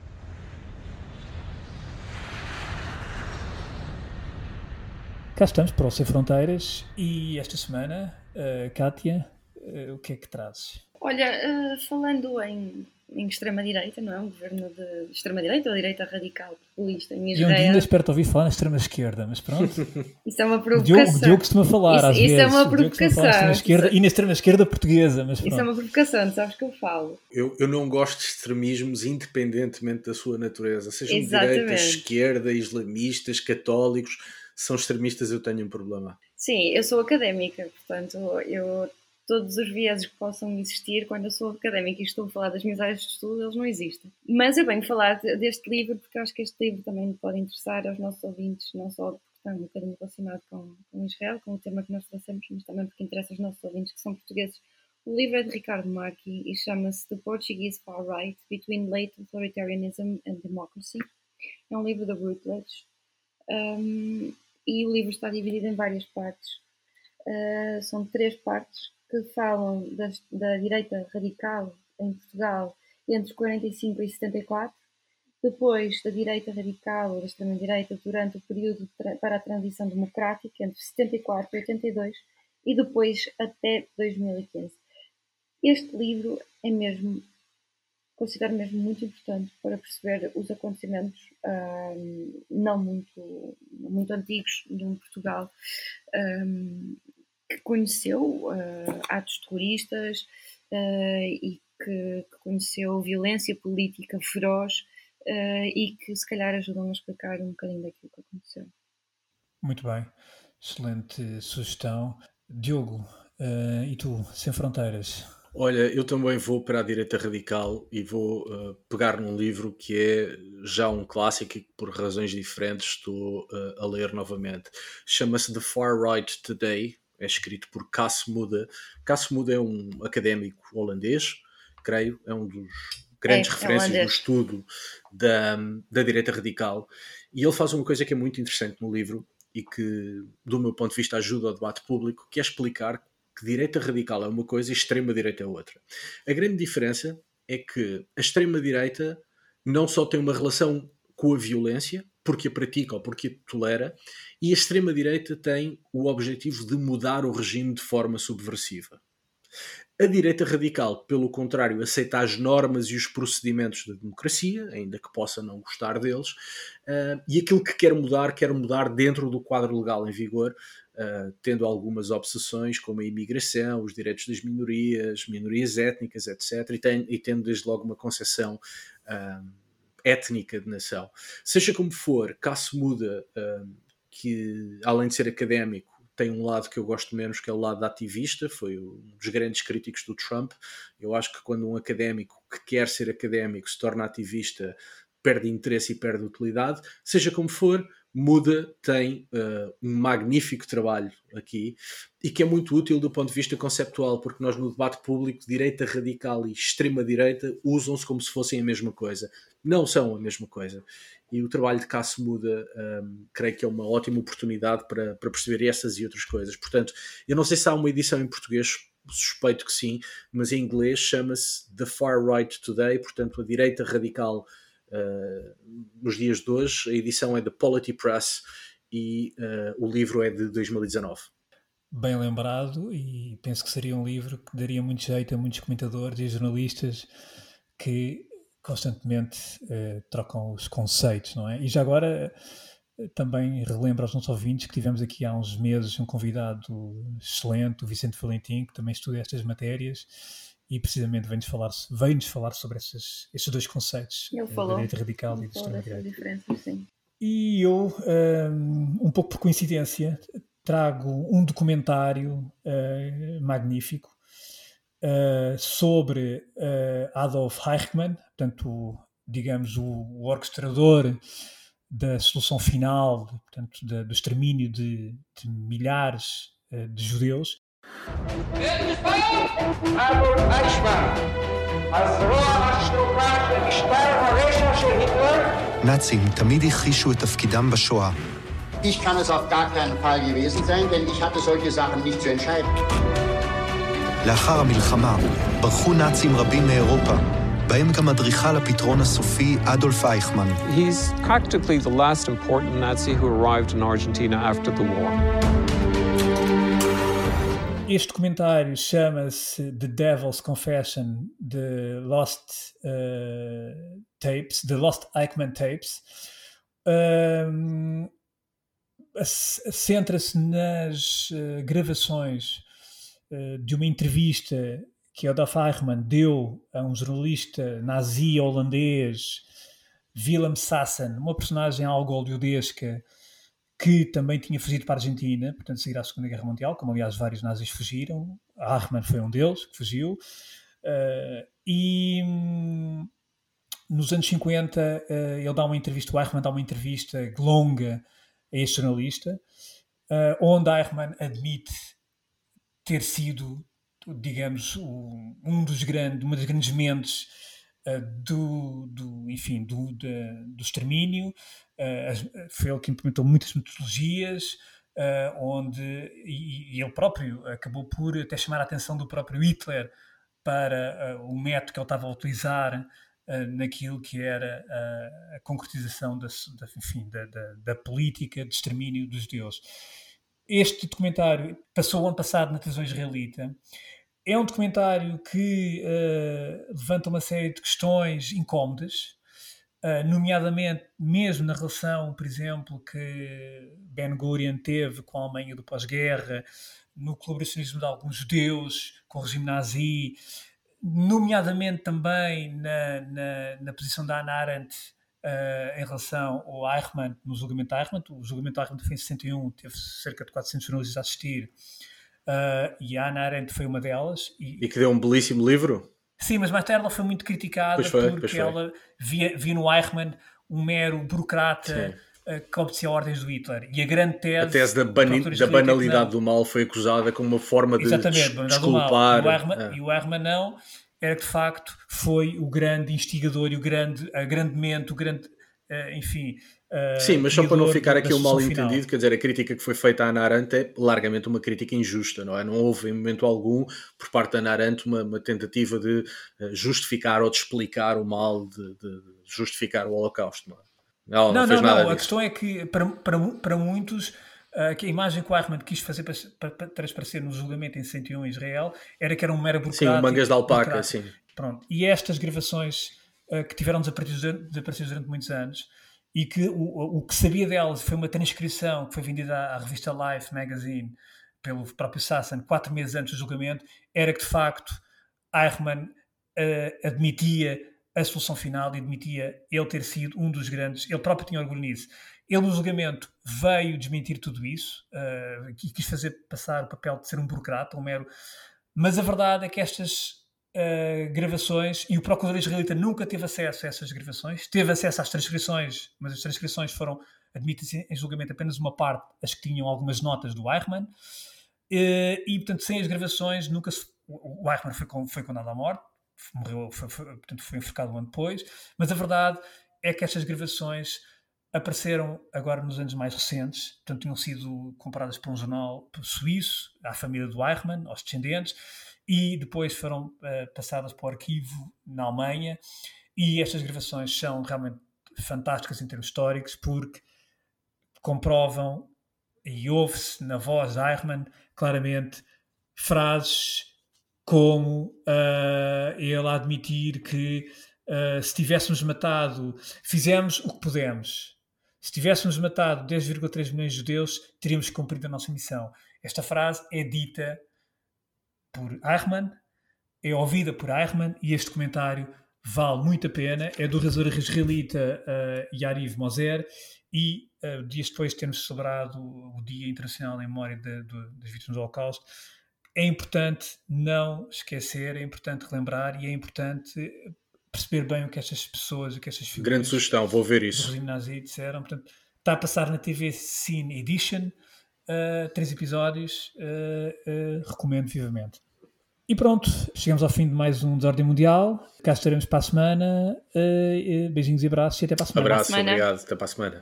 Cá estamos para o Sem Fronteiras e esta semana, Kátia, o que é que trazes? Olha, falando em extrema-direita, não é? Um governo de extrema-direita ou direita radical populista em Israel. E ainda espero te ouvir falar na extrema-esquerda, mas pronto. Isso é uma provocação. O Diogo costuma falar às vezes. Isso é uma provocação. Na extrema-esquerda e na extrema-esquerda portuguesa, mas pronto. Isso é uma provocação, sabes que eu falo. Eu não gosto de extremismos independentemente da sua natureza. Sejam Exatamente. direita, esquerda, islamistas, católicos, são extremistas, eu tenho um problema. Sim, eu sou académica, portanto, todos os vieses que possam existir, quando eu sou académica e estou a falar das minhas áreas de estudo, eles não existem. Mas eu venho falar deste livro porque acho que este livro também pode interessar aos nossos ouvintes, não só porque está um bocadinho relacionado com Israel, com o tema que nós trouxemos, mas também porque interessa aos nossos ouvintes que são portugueses. O livro é de Ricardo Marchi e chama-se The Portuguese Far Right, Between Late Authoritarianism and Democracy. É um livro da Routledge. E o livro está dividido em várias partes. São 3 partes que falam da direita radical em Portugal entre 45 e 74, depois da direita radical ou da extrema-direita durante o período para a transição democrática entre 74 e 82 e depois até 2015. Este livro é mesmo, considero mesmo muito importante para perceber os acontecimentos não muito antigos em Portugal, que conheceu atos terroristas e que conheceu violência política feroz e que se calhar ajudam a explicar um bocadinho daquilo que aconteceu. Muito bem, excelente sugestão. Diogo, e tu, Sem Fronteiras? Olha, eu também vou para a direita radical e vou pegar num livro que é já um clássico e que por razões diferentes estou a ler novamente. Chama-se The Far Right Today, é escrito por Cas Mudde. Cas Mudde é um académico holandês, creio, é um dos grandes referências no estudo da direita radical. E ele faz uma coisa que é muito interessante no livro e que, do meu ponto de vista, ajuda ao debate público, que é explicar que direita radical é uma coisa e extrema-direita é outra. A grande diferença é que a extrema-direita não só tem uma relação com a violência, porque a pratica ou porque a tolera, e a extrema-direita tem o objetivo de mudar o regime de forma subversiva. A direita radical, pelo contrário, aceita as normas e os procedimentos da democracia, ainda que possa não gostar deles, e aquilo que quer mudar dentro do quadro legal em vigor, tendo algumas obsessões como a imigração, os direitos das minorias étnicas, etc., e tendo desde logo uma concepção étnica de nação. Seja como for, Qass Mouda, que além de ser académico, tem um lado que eu gosto menos, que é o lado ativista, foi um dos grandes críticos do Trump. Eu acho que quando um académico que quer ser académico se torna ativista, perde interesse e perde utilidade. Seja como for, Mouda tem um magnífico trabalho aqui e que é muito útil do ponto de vista conceptual, porque nós no debate público, direita radical e extrema-direita usam-se como se fossem a mesma coisa. Não são a mesma coisa. E o trabalho de Qass Mouda creio que é uma ótima oportunidade para perceber essas e outras coisas. Portanto, eu não sei se há uma edição em português, suspeito que sim, mas em inglês chama-se The Far Right Today, portanto a direita radical nos dias de hoje. A edição é da Polity Press e o livro é de 2019. Bem lembrado, e penso que seria um livro que daria muito jeito a muitos comentadores e jornalistas que constantemente trocam os conceitos, não é? E já agora também relembro aos nossos ouvintes que tivemos aqui há uns meses um convidado excelente, o Vicente Valentim, que também estuda estas matérias e precisamente veio-nos falar sobre esses dois conceitos, da direita radical e da extrema-direita. E eu, um pouco por coincidência, trago um documentário magnífico sobre Adolf Eichmann, portanto, digamos, o orquestrador da solução final, portanto, do extermínio de milhares de judeus. Adolf Eichmann, הזרוע השלוחה של משטר הרשע של היטלר. נאצים תמיד הכחישו את תפקידם בשואה. Ich kann es auf gar keinen Fall gewesen sein, denn ich hatte solche Sachen nicht zu entscheiden. לאחר המלחמה ברחו נאצים רבים מאירופה, בהם גם אדריכל הפתרון הסופי אדולף אייכמן. He's practically the last important Nazi who arrived in Argentina after the war. Este documentário chama-se The Devil's Confession, The Lost Tapes, The Lost Eichmann Tapes. Centra-se nas gravações de uma entrevista que Adolf Eichmann deu a um jornalista nazi holandês, Willem Sassen, uma personagem algo hollywoodesca, que também tinha fugido para a Argentina, portanto, a seguir à Segunda Guerra Mundial, como aliás vários nazis fugiram. Eichmann foi um deles que fugiu. E nos anos 50 ele dá uma entrevista, o Eichmann dá uma entrevista longa a este jornalista, onde Eichmann admite ter sido, digamos, uma das grandes mentes do extermínio. Foi ele que implementou muitas metodologias, e ele próprio acabou por até chamar a atenção do próprio Hitler para o método que ele estava a utilizar naquilo que era a concretização da política de extermínio dos judeus. Este documentário passou o ano passado na televisão israelita. É um documentário que levanta uma série de questões incómodas, nomeadamente mesmo na relação, por exemplo, que Ben-Gurion teve com a Alemanha do pós-guerra, no colaboracionismo de alguns judeus com o regime nazi, nomeadamente também na posição da Hannah Arendt em relação ao Eichmann, no julgamento de Eichmann. O julgamento de Eichmann foi em 61, teve cerca de 400 jornalistas a assistir, e a Hannah Arendt foi uma delas. E que deu um belíssimo livro. Sim, mas mais tarde ela foi muito criticada porque ela via no Eichmann um mero burocrata que obedecia ordens do Hitler. E a grande tese... A tese da banalidade do mal foi acusada como uma forma de desculpar. E o Eichmann não, era que de facto foi o grande instigador e a grande mente, sim, mas só para não ficar aqui um mal entendido, quer dizer, a crítica que foi feita à Hannah Arendt é largamente uma crítica injusta, não é? Não houve em momento algum, por parte da Hannah Arendt, uma tentativa de justificar ou de explicar o mal, de justificar o Holocausto, não é? Não fez nada disso. A questão é que para muitos que a imagem que o Eichmann quis fazer para transparecer no julgamento em 61 em Israel era que era um mero burocrático. Sim, mangas de alpaca, sim. Pronto. E estas gravações que tiveram desaparecidas durante muitos anos e que o que sabia delas foi uma transcrição que foi vendida à revista Life Magazine pelo próprio Sasson 4 meses antes do julgamento, era que de facto Eichmann admitia a solução final e admitia ele ter sido um dos grandes, ele próprio tinha orgulho nisso. Ele no julgamento veio desmentir tudo isso e quis fazer passar o papel de ser um burocrata, um mero... Mas a verdade é que estas gravações, e o procurador israelita nunca teve acesso a essas gravações, teve acesso às transcrições, mas as transcrições foram admitidas em julgamento apenas uma parte, as que tinham algumas notas do Eichmann, e portanto sem as gravações nunca o Eichmann foi condenado à morte, morreu, portanto foi enforcado um ano depois, mas a verdade é que estas gravações apareceram agora nos anos mais recentes, portanto tinham sido compradas por um jornal suíço, à família do Eichmann, aos descendentes, e depois foram passadas para o arquivo na Alemanha, e estas gravações são realmente fantásticas em termos históricos, porque comprovam, e ouve-se na voz de Eichmann claramente frases como ele a admitir que se tivéssemos matado, fizemos o que pudemos. Se tivéssemos matado 10,3 milhões de judeus, teríamos cumprido a nossa missão. Esta frase é dita por Eichmann, é ouvida por Eichmann, e este comentário vale muito a pena. É do realizador israelita Yariv Moser, e dias depois de termos celebrado o Dia Internacional em Memória das Vítimas do Holocausto, é importante não esquecer, é importante relembrar, e é importante perceber bem o que estas pessoas, o que estas figuras... Grande sugestão, vou ver isso. ...do regime nazi disseram. Portanto, está a passar na TV Cine Edition, 3 episódios, recomendo vivamente. E pronto, chegamos ao fim de mais um Desordem Mundial. Cá estaremos para a semana. Beijinhos e abraços e até para a semana. Abraço, obrigado, até para a semana.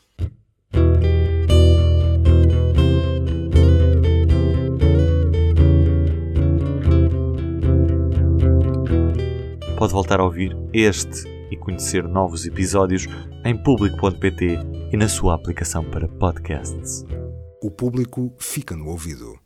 Pode voltar a ouvir este e conhecer novos episódios em público.pt e na sua aplicação para podcasts. O Público fica no ouvido.